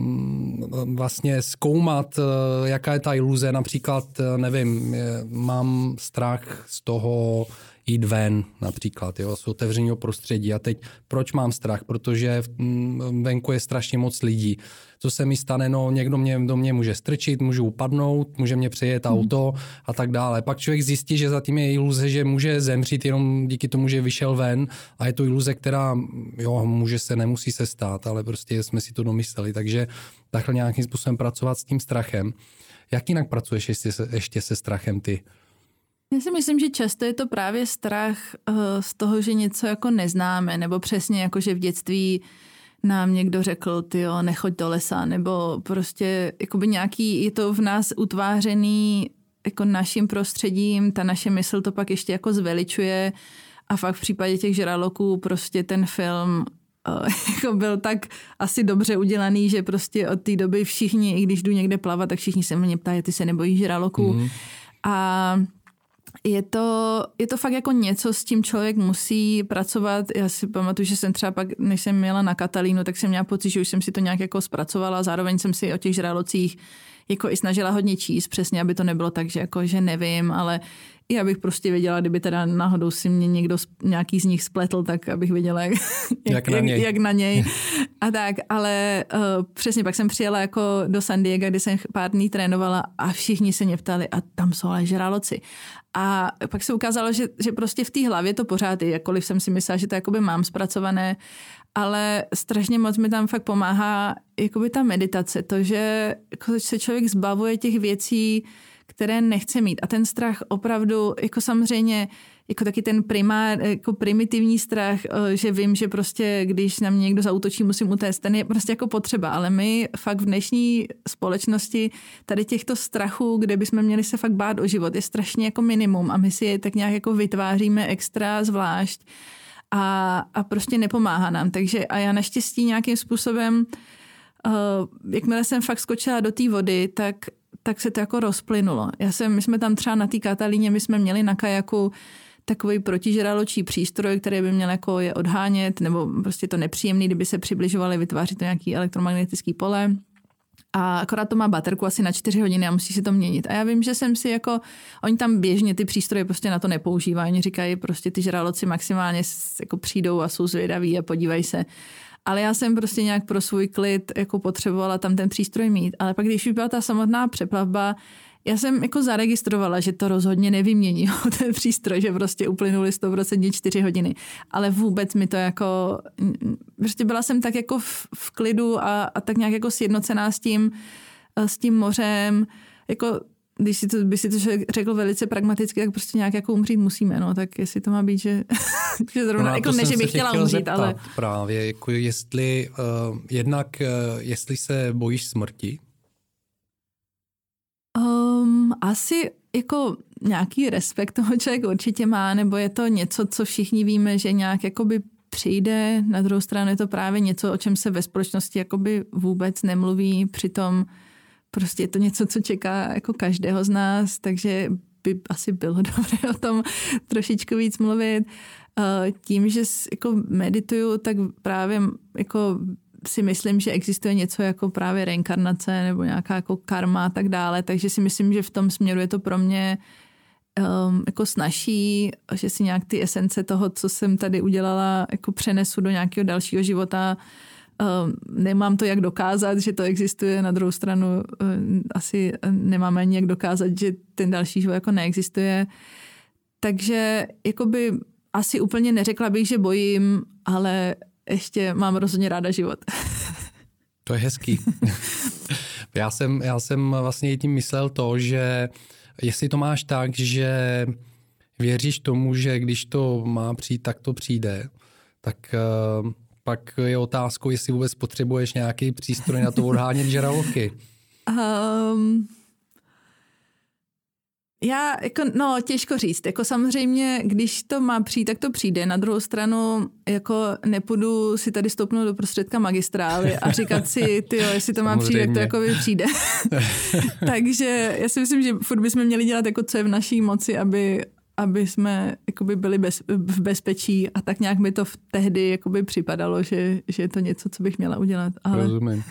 vlastně zkoumat, uh, jaká je ta iluze, například, uh, nevím, mám strach z toho jít ven například, jo, z otevřeného prostředí. A teď proč mám strach? Protože venku je strašně moc lidí. Co se mi stane? No, někdo mě, do mě může strčit, můžu upadnout, může mě přejet auto a tak dále. Pak člověk zjistí, že zatím je iluze, že může zemřít jenom díky tomu, že vyšel ven a je to iluze, která, jo, může se, nemusí se stát, ale prostě jsme si to domysleli. Takže takhle nějakým způsobem pracovat s tím strachem. Jak jinak pracuješ ještě se, ještě se strachem ty? Já si myslím, že často je to právě strach uh, z toho, že něco jako neznáme, nebo přesně jako, že v dětství nám někdo řekl, tyjo, nechoď do lesa, nebo prostě jakoby nějaký, je to v nás utvářený jako naším prostředím, ta naše mysl to pak ještě jako zveličuje a fakt v případě těch žraloků prostě ten film uh, jako byl tak asi dobře udělaný, že prostě od té doby všichni, i když jdu někde plavat, tak všichni se mě ptají, ty se nebojíš žraloků. Mm. A Je to, je to fakt jako něco, s tím člověk musí pracovat. Já si pamatuju, že jsem třeba pak, než jsem měla na Katalínu, tak jsem měla pocit, že už jsem si to nějak jako zpracovala. Zároveň jsem si o těch žralocích jako i snažila hodně číst, přesně, aby to nebylo tak, že, jako, že nevím, ale i abych prostě věděla, kdyby teda náhodou si mě někdo, nějaký z nich spletl, tak abych věděla, jak, jak, na, jak, něj. jak na něj. A tak, ale uh, přesně pak jsem přijela jako do San Diega, kde jsem pár dní trénovala a všichni se mě ptali a tam jsou ale žraloci. A pak se ukázalo, že, že prostě v té hlavě to pořád je, jakkoliv jsem si myslela, že to jakoby mám zpracované, ale strašně moc mi tam fakt pomáhá jakoby ta meditace, to, že jako se člověk zbavuje těch věcí, které nechce mít. A ten strach opravdu, jako samozřejmě, jako taky ten primár, jako primitivní strach, že vím, že prostě, když na mě někdo zaútočí, musím utéct, ten je prostě jako potřeba. Ale my fakt v dnešní společnosti tady těchto strachů, kde bychom měli se fakt bát o život, je strašně jako minimum a my si je tak nějak jako vytváříme extra zvlášť a, a prostě nepomáhá nám. Takže a já naštěstí nějakým způsobem, uh, jakmile jsem fakt skočila do té vody, tak tak se to jako rozplynulo. Já jsem, my jsme tam třeba na té Katalíně, my jsme měli na kajaku takový protižraločí přístroj, který by měl jako je odhánět, nebo prostě to nepříjemný, kdyby se přibližovali, vytváří to nějaký elektromagnetický pole. A akorát to má baterku asi na čtyři hodiny a musí si to měnit. A já vím, že jsem si jako, oni tam běžně ty přístroje prostě na to nepoužívají. Oni říkají prostě ty žraloci maximálně jako přijdou a jsou zvědaví a podívají se. Ale já jsem prostě nějak pro svůj klid jako potřebovala tam ten přístroj mít. Ale pak, když už byla ta samotná přeplavba, Já jsem jako zaregistrovala, že to rozhodně nevymění ten přístroj, že prostě uplynuly sto procent čtyři hodiny. Ale vůbec mi to jako, prostě byla jsem tak jako v, v klidu a, a tak nějak jako sjednocená s tím, s tím mořem. Jako, když si to, by si to řekl velice pragmaticky, tak prostě nějak jako umřít musíme. No, tak jestli to má být, že, že zrovna, no, jako ne, že bych chtěla umřít, zeptat, ale... Právě, jako jestli, uh, jednak, uh, jestli se bojíš smrti? Um, asi jako nějaký respekt toho člověk určitě má, nebo je to něco, co všichni víme, že nějak jakoby přijde. Na druhou stranu je to právě něco, o čem se ve společnosti jakoby vůbec nemluví, přitom prostě je to něco, co čeká jako každého z nás, takže by asi bylo dobré o tom trošičku víc mluvit. Tím, že jako medituju, tak právě jako si myslím, že existuje něco jako právě reinkarnace nebo nějaká jako karma a tak dále, takže si myslím, že v tom směru je to pro mě um, jako snazší, že si nějak ty esence toho, co jsem tady udělala, jako přenesu do nějakého dalšího života. Um, nemám to jak dokázat, že to existuje, na druhou stranu um, asi nemáme ani jak dokázat, že ten další život jako neexistuje. Takže jakoby asi úplně neřekla bych, že bojím, ale ještě mám rozhodně ráda život. To je hezký. já, jsem, já jsem vlastně tím myslel to, že jestli to máš tak, že věříš tomu, že když to má přijít, tak to přijde, tak uh, pak je otázkou, jestli vůbec potřebuješ nějaký přístroj na to odhánět žraloky. Um, já, jako, no těžko říct, jako samozřejmě, když to má přijít, tak to přijde. Na druhou stranu, jako nepůjdu si tady stoupnout do prostředka magistrály a říkat si, tyjo, jestli to má přijít, tak to jako by přijde. Takže já si myslím, že furt bychom měli dělat jako co je v naší moci, aby, aby jsme jakoby byli bez, v bezpečí a tak nějak mi to v tehdy jakoby připadalo, že, že je to něco, co bych měla udělat. Ale... Rozumím.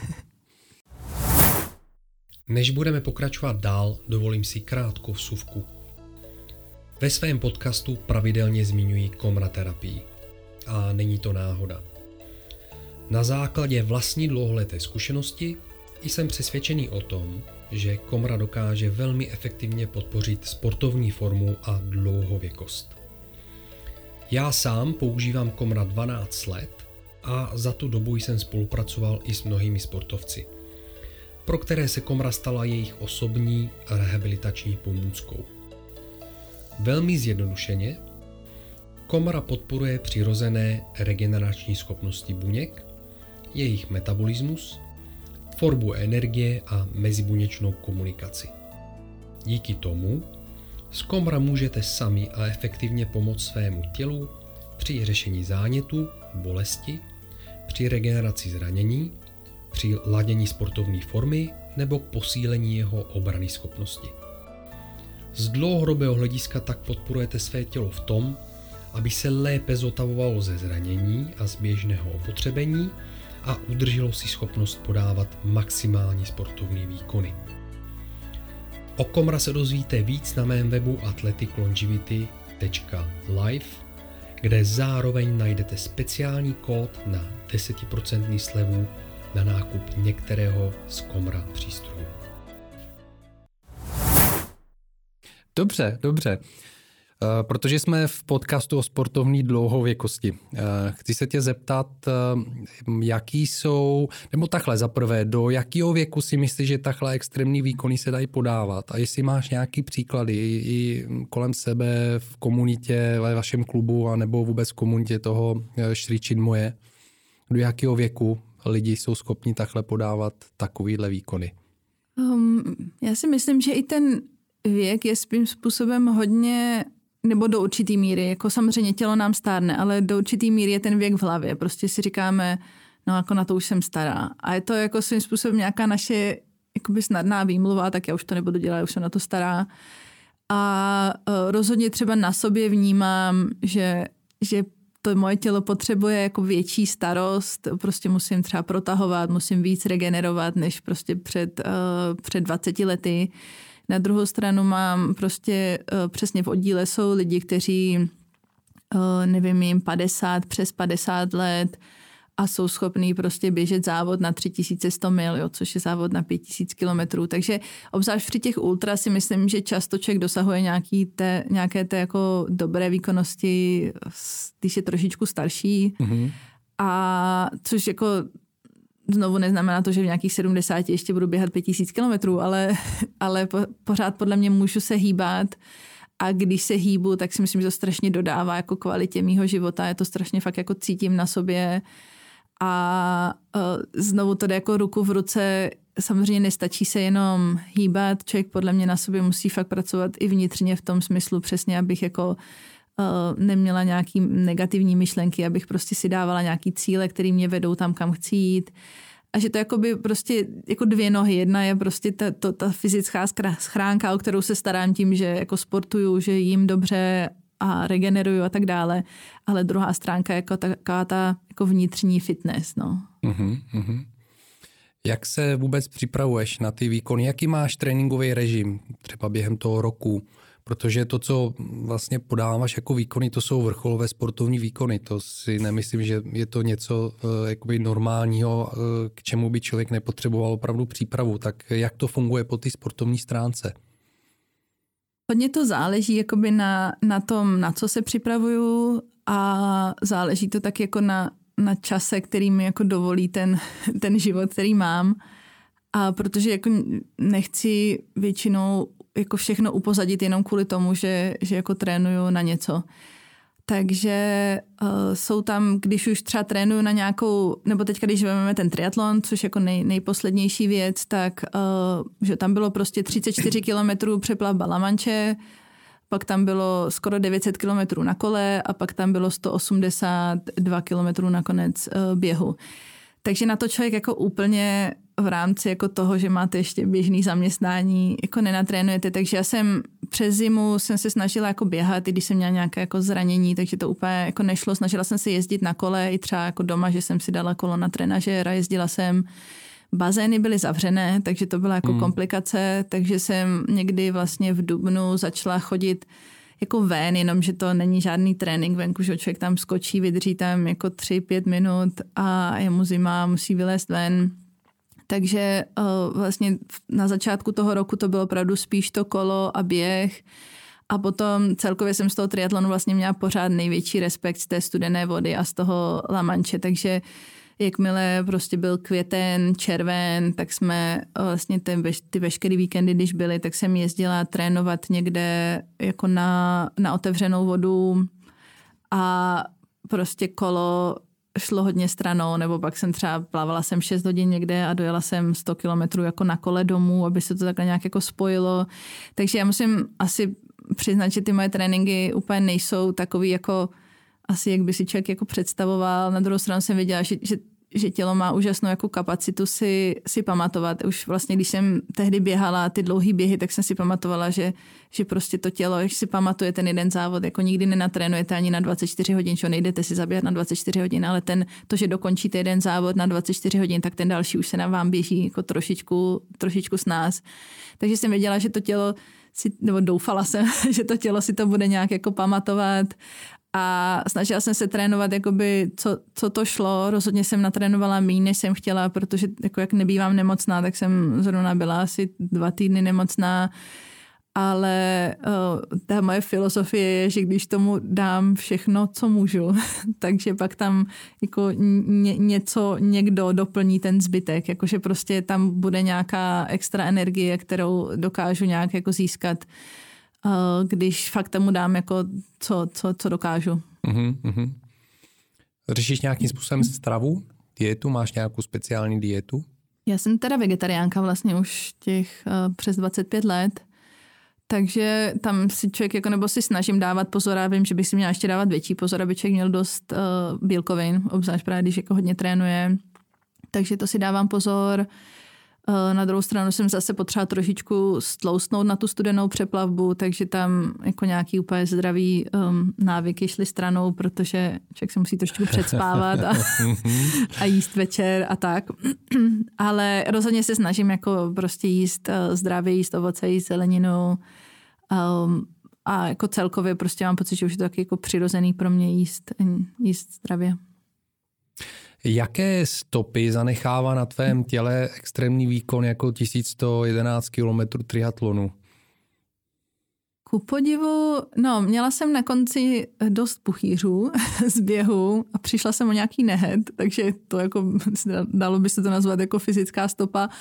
Než budeme pokračovat dál, dovolím si krátkou vsuvku. Ve svém podcastu pravidelně zmiňuji komraterapii. A není to náhoda. Na základě vlastní dlouholeté zkušenosti jsem přesvědčený o tom, že komra dokáže velmi efektivně podpořit sportovní formu a dlouhověkost. Já sám používám komra dvanáct let a za tu dobu jsem spolupracoval i s mnohými sportovci, pro které se komra stala jejich osobní rehabilitační pomůckou. Velmi zjednodušeně, komra podporuje přirozené regenerační schopnosti buněk, jejich metabolismus, tvorbu energie a mezibuněčnou komunikaci. Díky tomu z komra můžete sami a efektivně pomoct svému tělu při řešení zánětu, bolesti, při regeneraci zranění, při ladění sportovní formy nebo posílení jeho obranné schopnosti. Z dlouhodobého hlediska tak podporujete své tělo v tom, aby se lépe zotavovalo ze zranění a z běžného opotřebení a udrželo si schopnost podávat maximální sportovní výkony. O komra se dozvíte víc na mém webu athletic longevity tečka live, kde zároveň najdete speciální kód na deset procent slevu na nákup některého z komra přístrojů. Dobře, dobře. Uh, protože jsme v podcastu o sportovní dlouhověkosti. Uh, chci se tě zeptat, uh, jaký jsou, nebo takhle zaprvé, do jakého věku si myslíš, že takhle extrémní výkony se dají podávat? A jestli máš nějaký příklady i, i kolem sebe v komunitě, ve vašem klubu, anebo vůbec v komunitě toho Šri Chinmoye, do jakého věku lidi jsou schopni takhle podávat takovýhle výkony? Um, já si myslím, že i ten věk je svým způsobem hodně, nebo do určitý míry, jako samozřejmě tělo nám stárne, ale do určitý míry je ten věk v hlavě. Prostě si říkáme, no jako na to už jsem stará. A je to jako svým způsobem nějaká naše jakoby snadná výmluva, tak já už to nebudu dělat, už jsem na to stará. A uh, rozhodně třeba na sobě vnímám, že, že to moje tělo potřebuje jako větší starost, prostě musím třeba protahovat, musím víc regenerovat, než prostě před, uh, před dvaceti lety. Na druhou stranu mám prostě uh, přesně v oddíle jsou lidi, kteří, uh, nevím, jim padesát, přes padesát let a jsou schopní prostě běžet závod na tři tisíce sto mil, jo, což je závod na pět tisíc kilometrů. Takže obzvlášť při těch ultra si myslím, že často člověk dosahuje nějaký té, nějaké té jako dobré výkonnosti, když je trošičku starší. Mm-hmm. A což jako znovu neznamená to, že v nějakých sedmdesáti ještě budu běhat pět tisíc kilometrů, ale, ale po, pořád podle mě můžu se hýbat. A když se hýbu, tak si myslím, že to strašně dodává jako kvalitě mýho života. Je to strašně fakt jako cítím na sobě. A uh, znovu to jde jako ruku v ruce. Samozřejmě nestačí se jenom hýbat. Člověk podle mě na sobě musí fakt pracovat i vnitřně v tom smyslu přesně, abych jako uh, neměla nějaký negativní myšlenky, abych prostě si dávala nějaký cíle, které mě vedou tam, kam chci jít. A že to jakoby prostě jako dvě nohy. Jedna je prostě ta, to, ta fyzická schránka, o kterou se starám tím, že jako sportuju, že jím dobře a regeneruju a tak dále. Ale druhá stránka je jako taková ta jako vnitřní fitness. No. Uh-huh, uh-huh. Jak se vůbec připravuješ na ty výkony? Jaký máš tréninkový režim třeba během toho roku? Protože to, co vlastně podáváš jako výkony, to jsou vrcholové sportovní výkony. To si nemyslím, že je to něco uh, jakoby normálního, uh, k čemu by člověk nepotřeboval opravdu přípravu. Tak jak to funguje po té sportovní stránce? Hodně to záleží jakoby na, na tom, na co se připravuju a záleží to tak jako na, na čase, který mi jako dovolí ten, ten život, který mám. A protože jako nechci většinou jako všechno upozadit jenom kvůli tomu, že, že jako trénuju na něco. Takže uh, jsou tam, když už třeba trénuju na nějakou, nebo teďka, když vezmeme ten triatlon, což jako nej, nejposlednější věc, tak uh, že tam bylo prostě třicet čtyři kilometrů přeplavba La Manche, pak tam bylo skoro devět set kilometrů na kole a pak tam bylo sto osmdesát dva kilometrů nakonec uh, běhu. Takže na to člověk jako úplně v rámci jako toho, že máte ještě běžný zaměstnání, jako nenatrénujete. Takže já jsem přes zimu jsem se snažila jako běhat, i když jsem měla nějaké jako zranění, takže to úplně jako nešlo. Snažila jsem se jezdit na kole i třeba jako doma, že jsem si dala kolo na trenažér a jezdila jsem. Bazény byly zavřené, takže to byla jako hmm. komplikace, takže jsem někdy vlastně v dubnu začala chodit jako ven, jenom že to není žádný trénink venku, že člověk tam skočí, vydrží tam jako tři, pět minut a je mu zima, musí vylézt ven. Takže uh, vlastně na začátku toho roku to bylo opravdu spíš to kolo a běh a potom celkově jsem z toho triatlonu vlastně měla pořád největší respekt z té studené vody a z toho La Manche, takže jakmile prostě byl květen, červen, tak jsme vlastně ty, ty veškeré víkendy, když byly, tak jsem jezdila trénovat někde jako na, na otevřenou vodu a prostě kolo šlo hodně stranou, nebo pak jsem třeba plavala jsem šest hodin někde a dojela jsem sto kilometrů jako na kole domů, aby se to takhle nějak jako spojilo. Takže já musím asi přiznat, že ty moje tréninky úplně nejsou takový jako asi jak by si člověk jako představoval. Na druhou stranu jsem věděla, že, že, že tělo má úžasnou jako kapacitu si, si pamatovat. Už vlastně, když jsem tehdy běhala ty dlouhý běhy, tak jsem si pamatovala, že, že prostě to tělo, když si pamatuje ten jeden závod, jako nikdy nenatrénujete ani na dvacet čtyři hodin, čo nejdete si zaběhat na dvacet čtyři hodin, ale ten, to, že dokončíte jeden závod na dvacet čtyři hodin, tak ten další už se na vám běží jako trošičku, trošičku s nás. Takže jsem věděla, že to tělo si, nebo doufala jsem, že to tělo si to bude nějak jako pamatovat. A snažila jsem se trénovat, jakoby, co, co to šlo. Rozhodně jsem natrénovala méně, než jsem chtěla, protože jako jak nebývám nemocná, tak jsem zrovna byla asi dva týdny nemocná. Ale uh, ta moje filozofie je, že když tomu dám všechno, co můžu, takže pak tam jako ně, něco, někdo doplní ten zbytek. Jakože prostě tam bude nějaká extra energie, kterou dokážu nějak jako získat, když fakt tomu dám jako co, co, co dokážu. Uh-huh, uh-huh. Řešíš nějakým způsobem stravu, dietu? Máš nějakou speciální dietu? Já jsem teda vegetariánka vlastně už těch uh, přes dvacet pět let, takže tam si člověk jako nebo si snažím dávat pozor a vím, že bych si měla ještě dávat větší pozor, aby člověk měl dost uh, bílkovin, obzvlášť právě když jako hodně trénuje. Takže to si dávám pozor. Na druhou stranu jsem zase potřeba trošičku stloustnout na tu studenou přeplavbu, takže tam jako nějaký úplně zdravý um, návyky šly stranou, protože člověk se musí trošičku předspávat a, a jíst večer a tak. Ale rozhodně se snažím jako prostě jíst uh, zdravě, jíst ovoce, jíst zeleninu um, a jako celkově prostě mám pocit, že už je to taky jako přirozený pro mě jíst, jíst zdravě. Jaké stopy zanechává na tvém těle extrémní výkon jako tisíc sto jedenáct kilometrů triatlonu? Ku podivu, no, měla jsem na konci dost puchýřů z běhu a přišla jsem o nějaký nehet, takže to jako, dalo by se to nazvat jako fyzická stopa,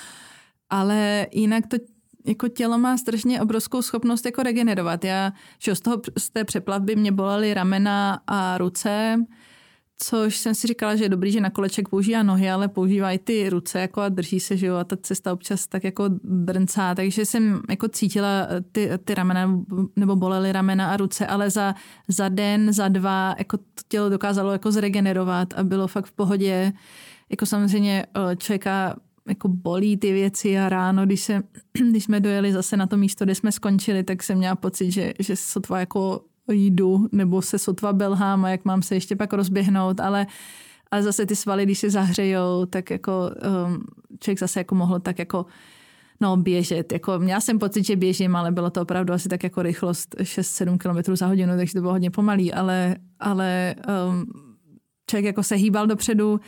ale jinak to jako tělo má strašně obrovskou schopnost jako regenerovat. Já, že z, toho, z té přeplavby mě bolely ramena a ruce, což jsem si říkala, že je dobrý, že na koleček používá nohy, ale používá i ty ruce jako a drží se, že jo, a ta cesta občas tak jako drncá, takže jsem jako cítila ty, ty ramena, nebo bolely ramena a ruce, ale za, za den, za dva, jako to tělo dokázalo jako zregenerovat a bylo fakt v pohodě. Jako samozřejmě člověka jako bolí ty věci a ráno, když, se, když jsme dojeli zase na to místo, kde jsme skončili, tak jsem měla pocit, že, že sotva jako jdu, nebo se sotva belhám a jak mám se ještě pak rozběhnout, ale, ale zase ty svaly, když se zahřejou, tak jako um, člověk zase jako mohl tak jako no, běžet. Jako, měla jsem pocit, že běžím, ale bylo to opravdu asi tak jako rychlost šest sedm kilometrů za hodinu, takže to bylo hodně pomalý, ale, ale um, člověk jako se hýbal dopředu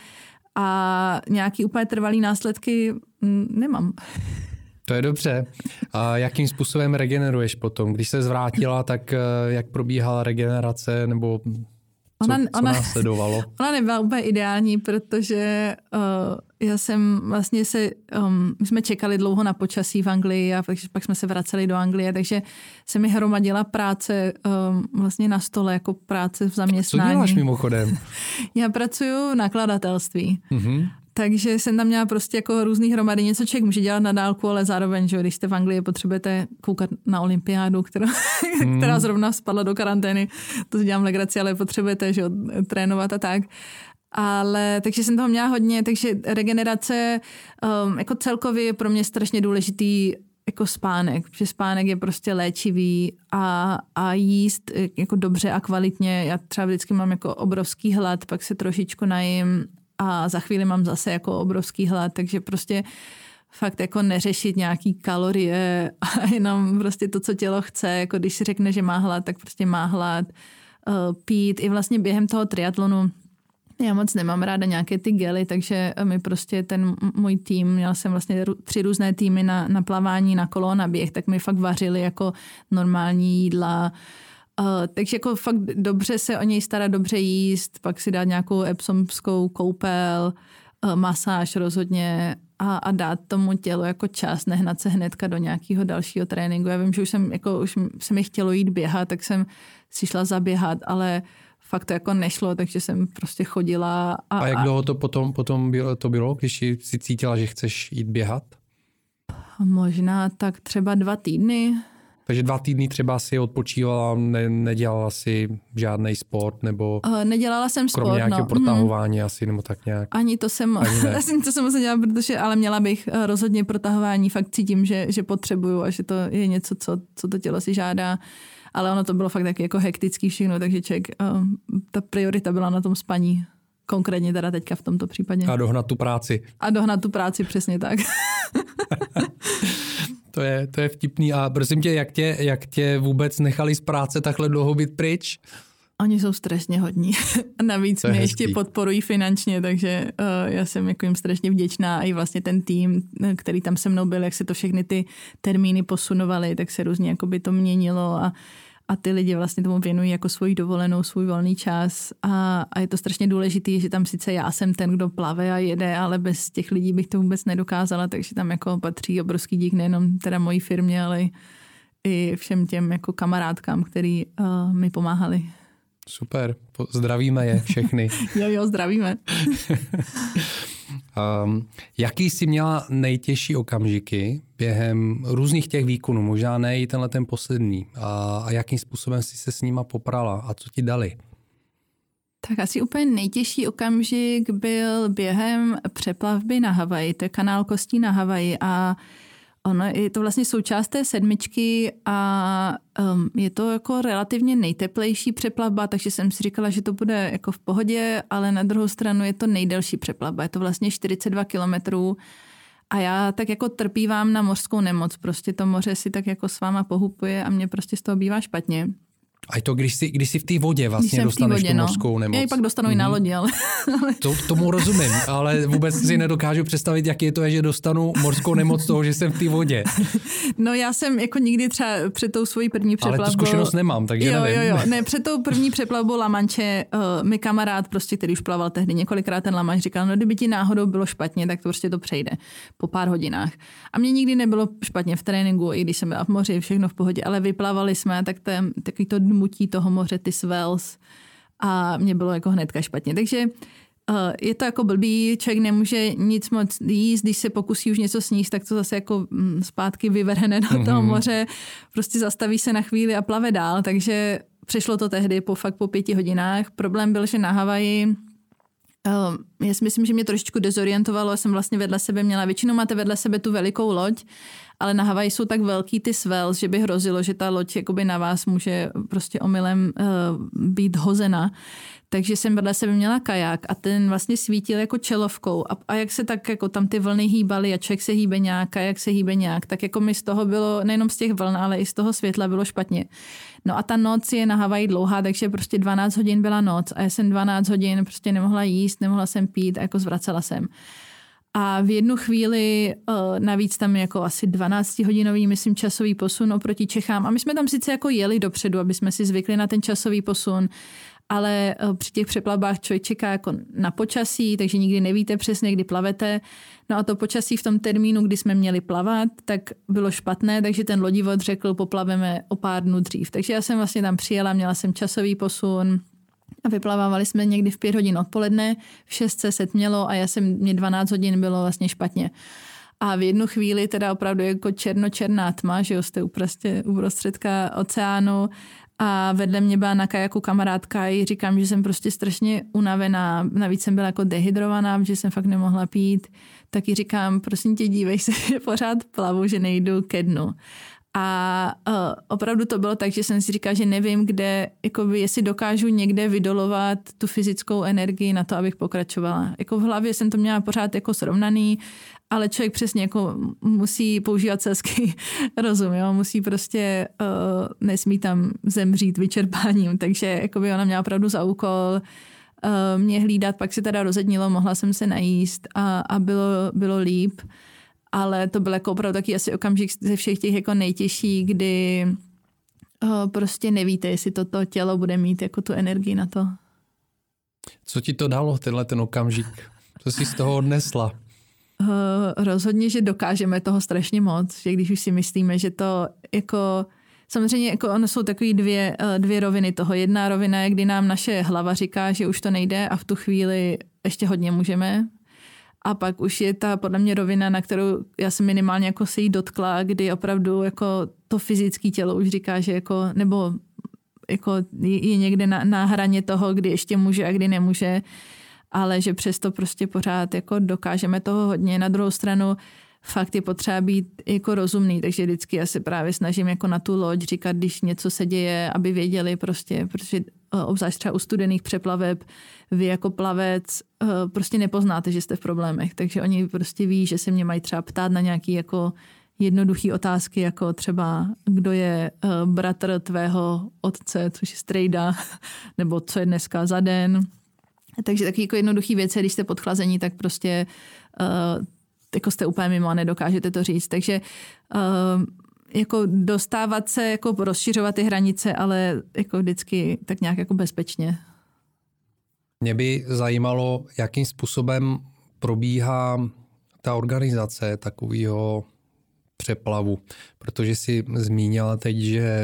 a nějaký úplně trvalý následky m, nemám. To je dobře. A jakým způsobem regeneruješ potom? Když se zvrátila, tak jak probíhala regenerace nebo co, ona, co ona, následovalo? Ona nebyla úplně ideální, protože uh, já jsem vlastně se, um, my jsme čekali dlouho na počasí v Anglii a pak, pak jsme se vraceli do Anglie, takže se mi hromadila práce um, vlastně na stole, jako práce v zaměstnání. Co děláš mimochodem? Já pracuju v nakladatelství. Mm-hmm. Takže jsem tam měla prostě jako různý hromady, něco člověk může dělat na dálku, ale zároveň, že když jste v Anglii, potřebujete koukat na olympiádu, která, hmm. která zrovna spadla do karantény, to si dělám legraci, ale potřebujete, že trénovat a tak. Ale takže jsem toho měla hodně, takže regenerace um, jako celkově je pro mě strašně důležitý jako spánek, že spánek je prostě léčivý a, a jíst jako dobře a kvalitně. Já třeba vždycky mám jako obrovský hlad, pak se trošičku najím a za chvíli mám zase jako obrovský hlad, takže prostě fakt jako neřešit nějaký kalorie a jenom prostě to, co tělo chce, jako když si řekne, že má hlad, tak prostě má hlad, pít. I vlastně během toho triatlonu já moc nemám ráda nějaké ty gely, takže mi prostě ten můj tým, měla jsem vlastně tři různé týmy na, na plavání, na kolo, na běh, tak mi fakt vařili jako normální jídla. Uh, takže jako fakt dobře se o něj starat, dobře jíst, pak si dát nějakou epsomskou koupel, uh, masáž rozhodně a, a dát tomu tělu jako čas, nehnat se hnedka do nějakého dalšího tréninku. Já vím, že už jsem, jako, už se mi chtělo jít běhat, tak jsem si šla zaběhat, ale fakt to jako nešlo, takže jsem prostě chodila. A, a jak dlouho to potom, potom bylo, to bylo, když si cítila, že chceš jít běhat? Možná tak třeba dva týdny. Takže dva týdny třeba si odpočívala, ne, nedělala si žádný sport, nebo uh, nedělala jsem sport, kromě nějakého no. protahování mm. asi, nebo tak nějak. Ani to jsem, Ani to jsem musela dělat, protože, ale měla bych rozhodně protahování, fakt cítím, že, že potřebuju a že to je něco, co, co to tělo si žádá. Ale ono to bylo fakt taky jako hektický všechno, takže člověk, uh, ta priorita byla na tom spaní. Konkrétně teda teďka v tomto případě. A dohnat tu práci. A dohnat tu práci, přesně tak. To je, to je vtipný. A prosím tě, jak tě, jak tě vůbec nechali z práce takhle dlouho být pryč? Oni jsou strašně hodní. A navíc mě hezký. ještě podporují finančně, takže uh, já jsem jako jim strašně vděčná. A i vlastně ten tým, který tam se mnou byl, jak se to všechny ty termíny posunovaly, tak se různě jako by to měnilo a A ty lidi vlastně tomu věnují jako svoji dovolenou, svůj volný čas a, a je to strašně důležitý, že tam sice já jsem ten, kdo plave a jede, ale bez těch lidí bych to vůbec nedokázala, takže tam jako patří obrovský dík nejenom teda mojí firmě, ale i všem těm jako kamarádkám, který uh, mi pomáhali. Super, zdravíme je všechny. jo, jo, zdravíme. Um, jaký jsi měla nejtěžší okamžiky během různých těch výkonů, možná ne i tenhle ten poslední, a, a jakým způsobem jsi se s nima poprala a co ti dali? Tak asi úplně nejtěžší okamžik byl během přeplavby na Havaji, to je kanál kostí na Havaji a ono je to vlastně součást té sedmičky a um, je to jako relativně nejteplejší přeplavba, takže jsem si říkala, že to bude jako v pohodě, ale na druhou stranu je to nejdelší přeplavba. Je to vlastně čtyřicet dva kilometrů a já tak jako trpívám na mořskou nemoc. Prostě to moře si tak jako s váma pohupuje a mě prostě z toho bývá špatně. A je to, když jsi, když jsi v té vodě vlastně dostaneš vodě, tu no. mořskou nemoc. Já ji pak dostanu mm-hmm. i na lodi, ale... To, tomu rozumím, ale vůbec si nedokážu představit, jak je to, že dostanu mořskou nemoc toho, že jsem v té vodě. No já jsem jako nikdy třeba před tou svojí první přeplavbou... Ale tu zkušenost nemám, takže jo, nevím. Jo, jo, ne, před tou první přeplavbou La Manche uh, mi kamarád prostě, který už plaval tehdy několikrát ten La Manche, říkal, no kdyby ti náhodou bylo špatně, tak to prostě to přejde po pár hodinách. A mě nikdy nebylo špatně v tréninku, i když jsem byla v moři, všechno v pohodě, ale vyplavali jsme, tak ten, takový to dmutí toho moře, ty swells, a mě bylo jako hnedka špatně. Takže uh, je to jako blbý, člověk nemůže nic moc jíst, když se pokusí už něco sníst, tak to zase jako mm, zpátky vyvrhne do mm-hmm. toho moře, prostě zastaví se na chvíli a plave dál, takže přešlo to tehdy po fakt po pěti hodinách. Problém byl, že na Havaji uh, já si myslím, že mě trošičku dezorientovalo, já jsem vlastně vedle sebe měla, většinou máte vedle sebe tu velikou loď, ale na Havaji jsou tak velký ty swells, že by hrozilo, že ta loď jakoby na vás může prostě omylem uh, být hozena. Takže jsem vedle sebe měla kaják a ten vlastně svítil jako čelovkou a, a jak se tak jako tam ty vlny hýbaly a člověk se hýbe nějak, kajak se hýbe nějak, tak jako mi z toho bylo, nejenom z těch vln, ale i z toho světla bylo špatně. No a ta noc je na Havaji dlouhá, takže prostě dvanáct hodin byla noc a já jsem dvanáct hodin prostě nemohla jíst, nemohla jsem pít a jako zvracela jsem. A v jednu chvíli navíc tam je jako asi dvanáctihodinový, myslím, časový posun oproti Čechám. A my jsme tam sice jako jeli dopředu, aby jsme si zvykli na ten časový posun, ale při těch přeplavbách člověk čeká jako na počasí, takže nikdy nevíte přesně, kdy plavete. No a to počasí v tom termínu, kdy jsme měli plavat, tak bylo špatné, takže ten lodivod řekl, poplaveme o pár dnů dřív. Takže já jsem vlastně tam přijela, měla jsem časový posun a vyplavávali jsme někdy v pět hodin odpoledne, v šest se setmělo a já jsem, mě dvanáct hodin bylo vlastně špatně. A v jednu chvíli teda opravdu jako černočerná tma, že jo, jste uprostřed, uprostředka oceánu a vedle mě byla na kajaku kamarádka a jí říkám, že jsem prostě strašně unavená, navíc jsem byla jako dehydrovaná, že jsem fakt nemohla pít, tak jí říkám, prosím tě, dívej se, že pořád plavu, že nejdu ke dnu. A uh, opravdu to bylo tak, že jsem si říkala, že nevím, kde, jakoby, jestli dokážu někde vydolovat tu fyzickou energii na to, abych pokračovala. Jako v hlavě jsem to měla pořád jako srovnaný, ale člověk přesně jako musí používat selský rozum, jo? Musí prostě, uh, nesmí tam zemřít vyčerpáním, takže jakoby ona měla opravdu za úkol uh, mě hlídat, pak se teda rozednilo, mohla jsem se najíst a, a bylo, bylo líp. Ale to byl jako opravdu taky asi okamžik ze všech těch jako nejtěžší, kdy oh, prostě nevíte, jestli to, to tělo bude mít jako tu energii na to. Co ti to dalo, tenhle ten okamžik? Co jsi z toho odnesla? Uh, rozhodně, že dokážeme toho strašně moc, že když už si myslíme, že to jako... Samozřejmě jako ono jsou takové dvě, dvě roviny toho. Jedna rovina je, kdy nám naše hlava říká, že už to nejde a v tu chvíli ještě hodně můžeme. A pak už je ta podle mě rovina, na kterou já jsem minimálně jako se jí dotkla, kdy opravdu jako to fyzické tělo už říká, že jako, nebo jako je někde na, na hraně toho, kdy ještě může a kdy nemůže, ale že přesto prostě pořád jako dokážeme toho hodně. Na druhou stranu fakt je potřeba být jako rozumný, takže vždycky já se právě snažím jako na tu loď říkat, když něco se děje, aby věděli prostě, protože obzvlášť třeba u studených přeplaveb vy jako plavec prostě nepoznáte, že jste v problémech, takže oni prostě ví, že se mě mají třeba ptát na nějaký jako jednoduchý otázky, jako třeba kdo je bratr tvého otce, což je strejda, nebo co je dneska za den. Takže taky jako jednoduchý věci, když jste podchlazení, tak prostě jako jste úplně mimo a nedokážete to říct. Takže uh, jako dostávat se, jako rozšiřovat ty hranice, ale jako vždycky tak nějak jako bezpečně. Mě by zajímalo, jakým způsobem probíhá ta organizace takového přeplavu, protože jsi zmínila teď, že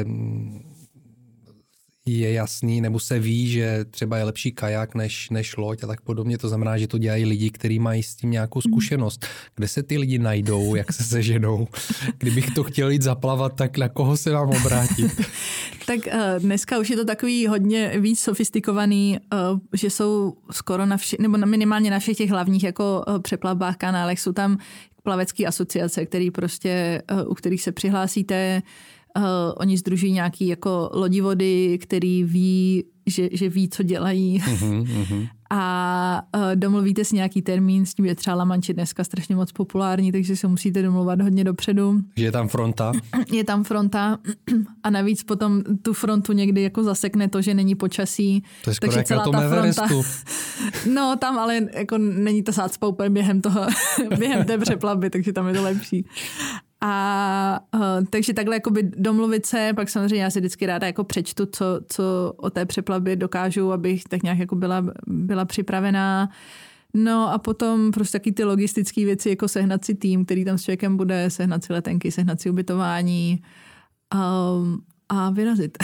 je jasný, nebo se ví, že třeba je lepší kajak než, než loď a tak podobně. To znamená, že to dělají lidi, kteří mají s tím nějakou zkušenost. Kde se ty lidi najdou, jak se seženou? Kdybych to chtěl jít zaplavat, tak na koho se mám obrátit? Tak dneska už je to takový hodně víc sofistikovaný, že jsou skoro na všech, nebo minimálně na všech těch hlavních jako přeplavbách, kanálech jsou tam plavecké asociace, který prostě, u kterých se přihlásíte. Uh, oni sdružují nějaký jako lodivody, který ví, že, že ví, co dělají. Uh-huh, uh-huh. a uh, domluvíte si nějaký termín, s tím je třeba La Manche dneska strašně moc populární, takže se musíte domluvat hodně dopředu. Je tam fronta? Je tam fronta a navíc potom tu frontu někdy jako zasekne to, že není počasí. To je skoro jak na tom Everestu. No tam ale jako není to sácpa úplně během toho, během té přeplavby, takže tam je to lepší. A uh, takže takhle jakoby domluvit se, pak samozřejmě já si vždycky ráda jako přečtu, co, co o té přeplavbě dokážu, abych tak nějak jako byla, byla připravená. No a potom prostě taky ty logistické věci, jako sehnat si tým, který tam s člověkem bude, sehnat si letenky, sehnat si ubytování um, a vyrazit.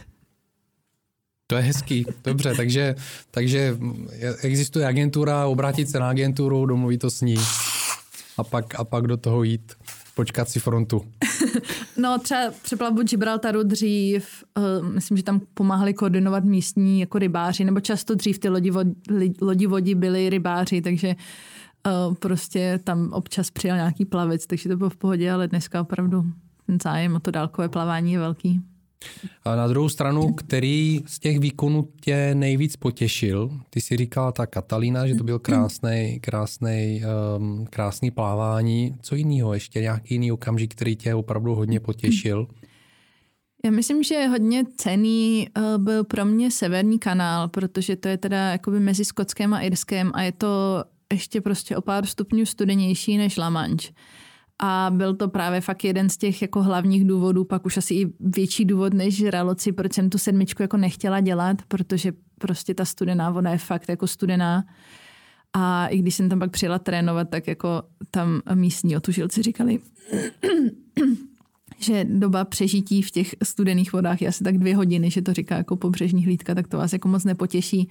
To je hezký, dobře, takže, takže existuje agentura, obrátit se na agenturu, domluvit to s ní a pak, a pak do toho jít. Počkat si frontu. No třeba přeplavbu Gibraltaru dřív, uh, myslím, že tam pomáhali koordinovat místní jako rybáři, nebo často dřív ty lodivodi byli rybáři, takže uh, prostě tam občas přijel nějaký plavec, takže to bylo v pohodě, ale dneska opravdu ten zájem o to dálkové plavání je velký. A na druhou stranu, který z těch výkonů tě nejvíc potěšil? Ty jsi říkala ta Catalina, že to byl krásný, krásný, um, krásný plávání. Co jiného? Ještě nějaký jiný okamžik, který tě opravdu hodně potěšil? Já myslím, že hodně cenný uh, byl pro mě Severní kanál, protože to je teda jakoby mezi Skotskem a Irskem a je to ještě prostě o pár stupňů studenější než La Manche. A byl to právě fakt jeden z těch jako hlavních důvodů, pak už asi i větší důvod než žraloci, proč jsem tu sedmičku jako nechtěla dělat, protože prostě ta studená voda je fakt jako studená. A i když jsem tam pak přijela trénovat, tak jako tam místní otužilci říkali, že doba přežití v těch studených vodách je asi tak dvě hodiny, že to říká jako pobřežní hlídka, tak to vás jako moc nepotěší.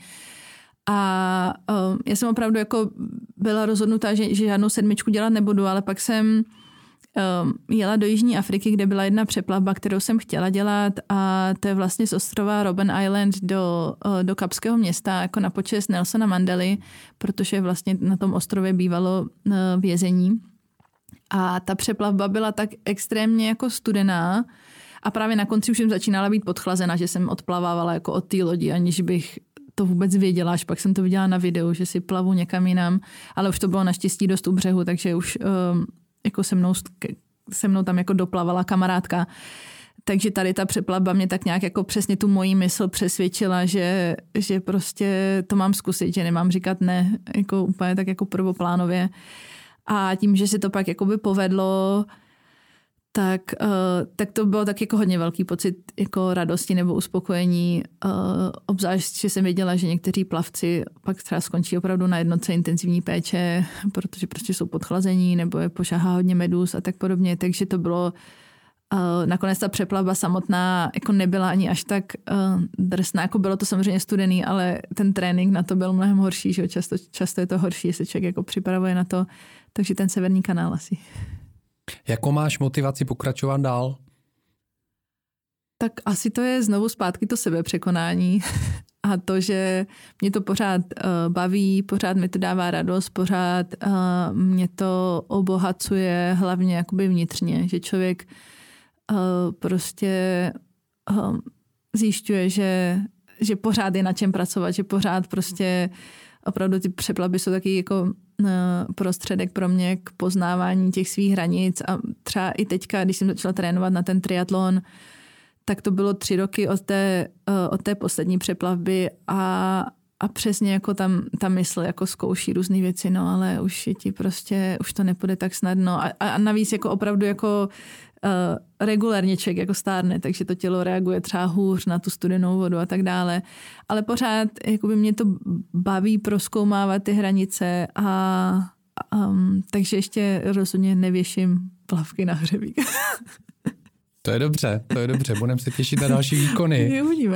A um, já jsem opravdu jako byla rozhodnutá, že, že žádnou sedmičku dělat nebudu, ale pak jsem um, jela do Jižní Afriky, kde byla jedna přeplavba, kterou jsem chtěla dělat a to je vlastně z ostrova Robben Island do, uh, do Kapského města, jako na počest Nelsona Mandely, protože vlastně na tom ostrově bývalo uh, vězení. A ta přeplavba byla tak extrémně jako studená a právě na konci už jsem začínala být podchlazena, že jsem odplavávala jako od té lodi, aniž bych to vůbec věděla, až pak jsem to viděla na videu, že si plavu někam jinam, ale už to bylo naštěstí dost u břehu, takže už um, jako se mnou, se mnou tam jako doplavala kamarádka. Takže tady ta přeplavba mě tak nějak jako přesně tu moji mysl přesvědčila, že, že prostě to mám zkusit, že nemám říkat ne, jako úplně tak jako prvoplánově. A tím, že se to pak jakoby povedlo, tak, uh, tak to bylo tak jako hodně velký pocit jako radosti nebo uspokojení. Uh, obzvlášť, že jsem věděla, že někteří plavci pak třeba skončí opravdu na jednotce intenzivní péče, protože prostě jsou podchlazení nebo je pošahá hodně medus a tak podobně. Takže to bylo, uh, nakonec ta přeplavba samotná jako nebyla ani až tak uh, drsná. Jako bylo to samozřejmě studený, ale ten trénink na to byl mnohem horší. Že? Často, často je to horší, jestli člověk jako připravuje na to. Takže ten Severní kanál asi. Jakou máš motivaci pokračovat dál? Tak asi to je znovu zpátky to sebepřekonání a to, že mě to pořád uh, baví, pořád mi to dává radost, pořád uh, mě to obohacuje hlavně jakoby vnitřně, že člověk uh, prostě uh, zjišťuje, že, že pořád je na čem pracovat, že pořád prostě opravdu ty přeplavby jsou taky jako prostředek pro mě k poznávání těch svých hranic a třeba i teďka, když jsem začala trénovat na ten triatlon, tak to bylo tři roky od té, od té poslední přeplavby a, a přesně jako tam ta mysl jako zkouší různé věci, no ale už je ti prostě, už to nepůjde tak snadno a, a navíc jako opravdu jako uh, regulérně člověk jako stárne, takže to tělo reaguje třeba hůř na tu studenou vodu a tak dále. Ale pořád jakoby mě to baví prozkoumávat ty hranice a um, takže ještě rozhodně nevěším plavky na hřebík. To je dobře, to je dobře. Budeme se těšit na další výkony. Uvidíme.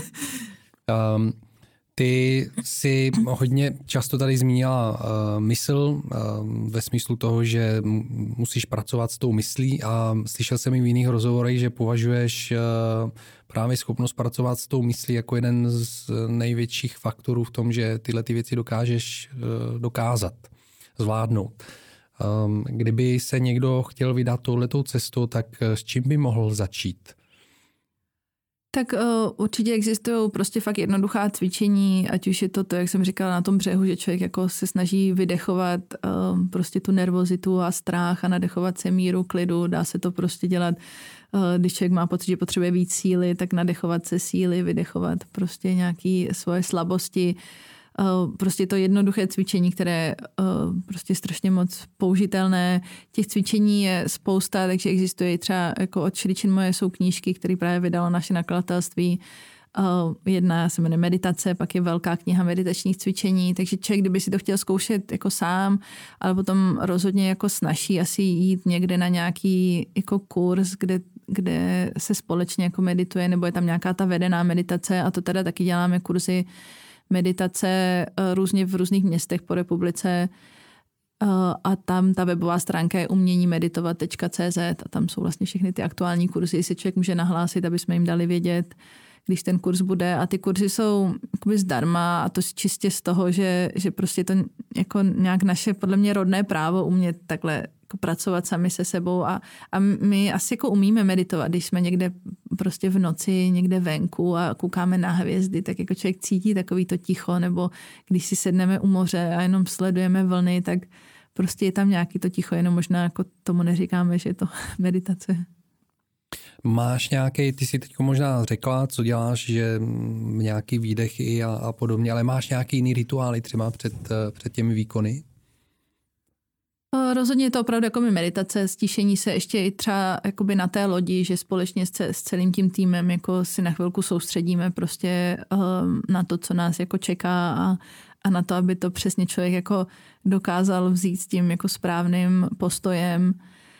Um, ty si hodně často tady zmínila uh, mysl uh, ve smyslu toho, že musíš pracovat s tou myslí a slyšel jsem i v jiných rozhovorech, že považuješ uh, právě schopnost pracovat s tou myslí jako jeden z největších faktorů v tom, že tyhle ty věci dokážeš uh, dokázat, zvládnout. Um, kdyby se někdo chtěl vydat touhletou cestou, tak s čím by mohl začít? Tak uh, určitě existují prostě fakt jednoduchá cvičení, ať už je to to, jak jsem říkala na tom břehu, že člověk jako se snaží vydechovat uh, prostě tu nervozitu a strach a nadechovat se míru, klidu. Dá se to prostě dělat, uh, když člověk má pocit, že potřebuje víc síly, tak nadechovat se síly, vydechovat prostě nějaké svoje slabosti. Prostě to jednoduché cvičení, které prostě strašně moc použitelné. Těch cvičení je spousta, takže existuje třeba jako od Šričin moje jsou knížky, které právě vydalo naše nakladatelství. Jedna se jmenuje Meditace, pak je velká kniha meditačních cvičení, takže člověk, kdyby si to chtěl zkoušet jako sám, ale potom rozhodně jako snaží asi jít někde na nějaký jako kurz, kde, kde se společně jako medituje, nebo je tam nějaká ta vedená meditace a to teda taky děláme kurzy meditace různě v různých městech po republice a tam ta webová stránka je umění meditovat tečka cé zet a tam jsou vlastně všechny ty aktuální kurzy, si člověk může nahlásit, aby jsme jim dali vědět, když ten kurz bude a ty kurzy jsou jakoby zdarma a to čistě z toho, že, že prostě to jako nějak naše podle mě rodné právo umět takhle jako pracovat sami se sebou a, a my asi jako umíme meditovat, když jsme někde prostě v noci, někde venku a koukáme na hvězdy, tak jako člověk cítí takový to ticho, nebo když si sedneme u moře a jenom sledujeme vlny, tak prostě je tam nějaký to ticho, jenom možná jako tomu neříkáme, že je to meditace. Máš nějaký, ty jsi teď možná řekla, co děláš, že nějaký výdechy a, a podobně, ale máš nějaký jiný rituály třeba před, před těmi výkony? Rozhodně je to opravdu jako meditace, stišení se ještě i třeba jakoby na té lodi, že společně s celým tím týmem jako si na chvilku soustředíme prostě um, na to, co nás jako čeká a, a na to, aby to přesně člověk jako dokázal vzít s tím jako správným postojem.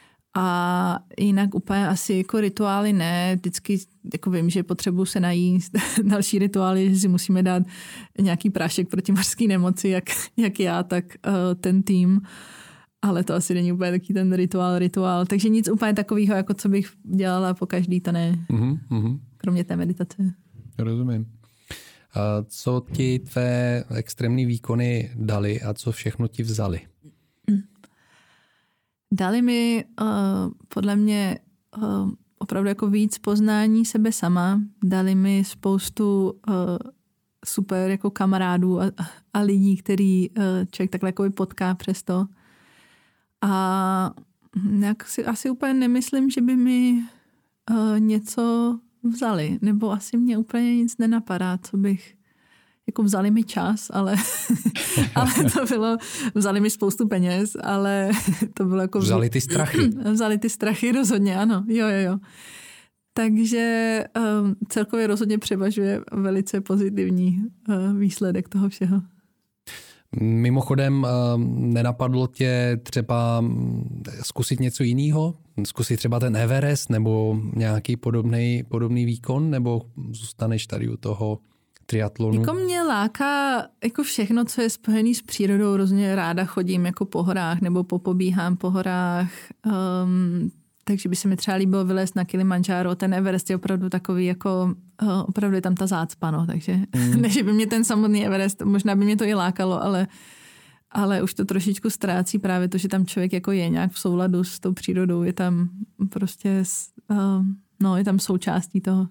A jinak úplně asi jako rituály ne, vždycky jako vím, že potřebuji se najíst. Další rituály, že si musíme dát nějaký prášek proti mořské nemoci, jak, jak já, tak uh, ten tým. Ale to asi není úplně taký ten rituál, rituál. Takže nic úplně takového, jako co bych dělala po každý, to ne. Mm-hmm. Kromě té meditace. Rozumím. A co ti tvé extrémní výkony dali a co všechno ti vzali? Dali mi uh, podle mě uh, opravdu jako víc poznání sebe sama. Dali mi spoustu uh, super jako kamarádů a, a lidí, který uh, člověk takhle jako potká přesto. A jak si asi úplně nemyslím, že by mi uh, něco vzali. Nebo asi mě úplně nic nenapadá, co bych... Jako vzali mi čas, ale, ale to bylo, vzali mi spoustu peněz, ale to bylo jako... Vzali ty strachy. Vzali ty strachy rozhodně, ano, jo, jo, jo. Takže um, celkově rozhodně převažuje velice pozitivní uh, výsledek toho všeho. Mimochodem, nenapadlo tě třeba zkusit něco jiného? Zkusit třeba ten Everest nebo nějaký podobný, podobný výkon? Nebo zůstaneš tady u toho triatlonu? Jako mě láká jako všechno, co je spojené s přírodou. Rozhodně ráda chodím jako po horách nebo popobíhám po horách. Um, takže by se mi třeba líbilo vylézt na Kilimanjaro. Ten Everest je opravdu takový jako, uh, opravdu je tam ta zácpa, no. Takže mm. ne, že by mě ten samotný Everest, možná by mě to i lákalo, ale, ale už to trošičku ztrácí právě to, že tam člověk jako je nějak v souladu s tou přírodou. Je tam prostě, uh, no, je tam součástí toho.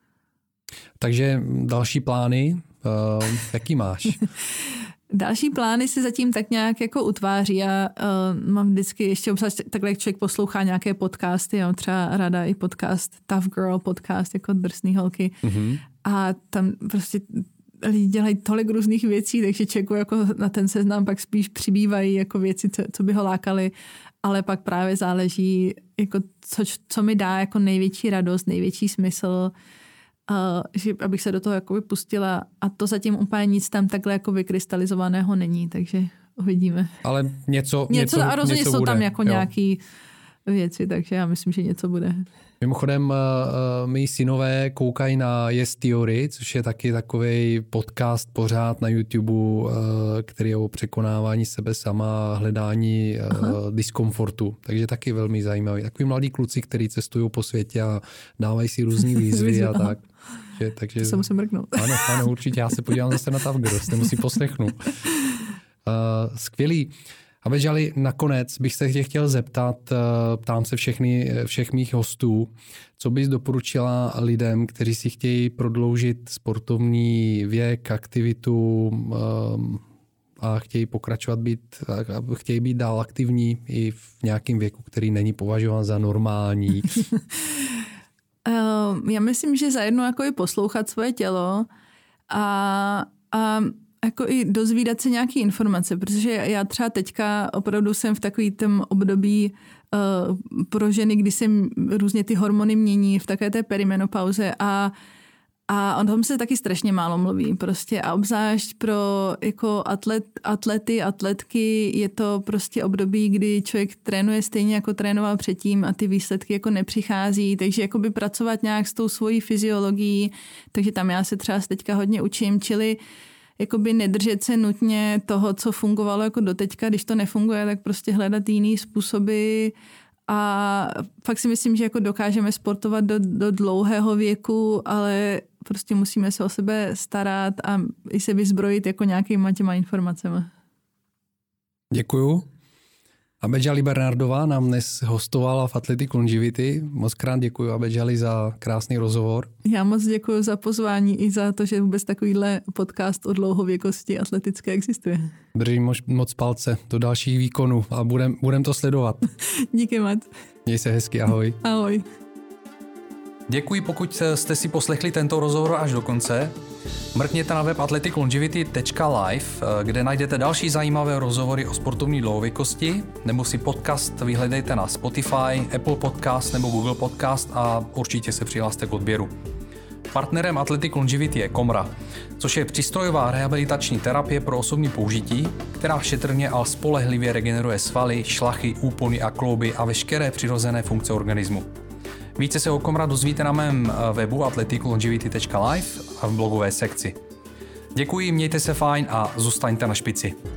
Takže další plány, uh, jaký máš? Další plány se zatím tak nějak jako utváří. Já uh, mám vždycky ještě obzvlášť takhle, jak člověk poslouchá nějaké podcasty, já mám třeba ráda i podcast Tough Girl podcast, jako drsný holky. Mm-hmm. A tam prostě lidi dělají tolik různých věcí, takže člověku jako na ten seznam pak spíš přibývají jako věci, co, co by ho lákaly, ale pak právě záleží, jako co, co mi dá jako největší radost, největší smysl, Uh, že abych se do toho jako pustila a to zatím úplně nic tam takhle jako vykrystalizovaného není, takže uvidíme. Ale něco, něco, něco a rozhodně něco jsou bude. Tam jako jo. nějaký věci, takže já myslím, že něco bude. Mimochodem, uh, mý synové koukají na Yes Theory, což je taky takovej podcast pořád na YouTube, uh, který je o překonávání sebe sama, hledání uh, diskomfortu. Takže taky velmi zajímavý. Takový mladí kluci, kteří cestují po světě a dávají si různý výzvy a tak. Že, takže, to se musím mrknout. Ano, ano, určitě. Já se podívám zase na Tough Girls, musí poslechnout. Uh, skvělý. A Bedžali, nakonec bych se tě chtěl zeptat, ptám se všechny, všech mých hostů, co bys doporučila lidem, kteří si chtějí prodloužit sportovní věk, aktivitu a chtějí pokračovat být, chtějí být dál aktivní i v nějakém věku, který není považován za normální? Já myslím, že zajedno jako i poslouchat svoje tělo a, a jako i dozvídat se nějaké informace, protože já třeba teďka opravdu jsem v takový tom období uh, pro ženy, kdy se různě ty hormony mění v také té perimenopauze a A o tom se taky strašně málo mluví prostě a obzvlášť pro jako atlet, atlety, atletky je to prostě období, kdy člověk trénuje stejně jako trénoval předtím a ty výsledky jako nepřichází, takže jakoby pracovat nějak s tou svojí fyziologií, takže tam já se třeba teďka hodně učím, čili jakoby nedržet se nutně toho, co fungovalo jako doteďka, když to nefunguje, tak prostě hledat jiný způsoby. A fakt si myslím, že jako dokážeme sportovat do, do dlouhého věku, ale prostě musíme se o sebe starat a i se vyzbrojit jako nějakýma těma informacemi. Děkuju. A Bedžali Bernardová nám dnes hostovala v Athletic Longevity. Moc krát děkuju a Bedžali za krásný rozhovor. Já moc děkuju za pozvání i za to, že vůbec takovýhle podcast o dlouhověkosti atletické existuje. Držím moc, moc palce do dalších výkonů a budem, budem to sledovat. Díky moc. Měj se hezky, ahoj. Ahoj. Děkuji, pokud jste si poslechli tento rozhovor až do konce. Mrkněte na web athletic longevity tečka live, kde najdete další zajímavé rozhovory o sportovní dlouhověkosti, nebo si podcast vyhledejte na Spotify, Apple Podcast nebo Google Podcast a určitě se přihlaste k odběru. Partnerem Athletic Longevity je Komra, což je přístrojová rehabilitační terapie pro osobní použití, která šetrně a spolehlivě regeneruje svaly, šlachy, úpony a klouby a veškeré přirozené funkce organismu. Více se o Komra dozvíte na mém webu athletic longevity tečka live a v blogové sekci. Děkuji, mějte se fajn a zůstaňte na špici.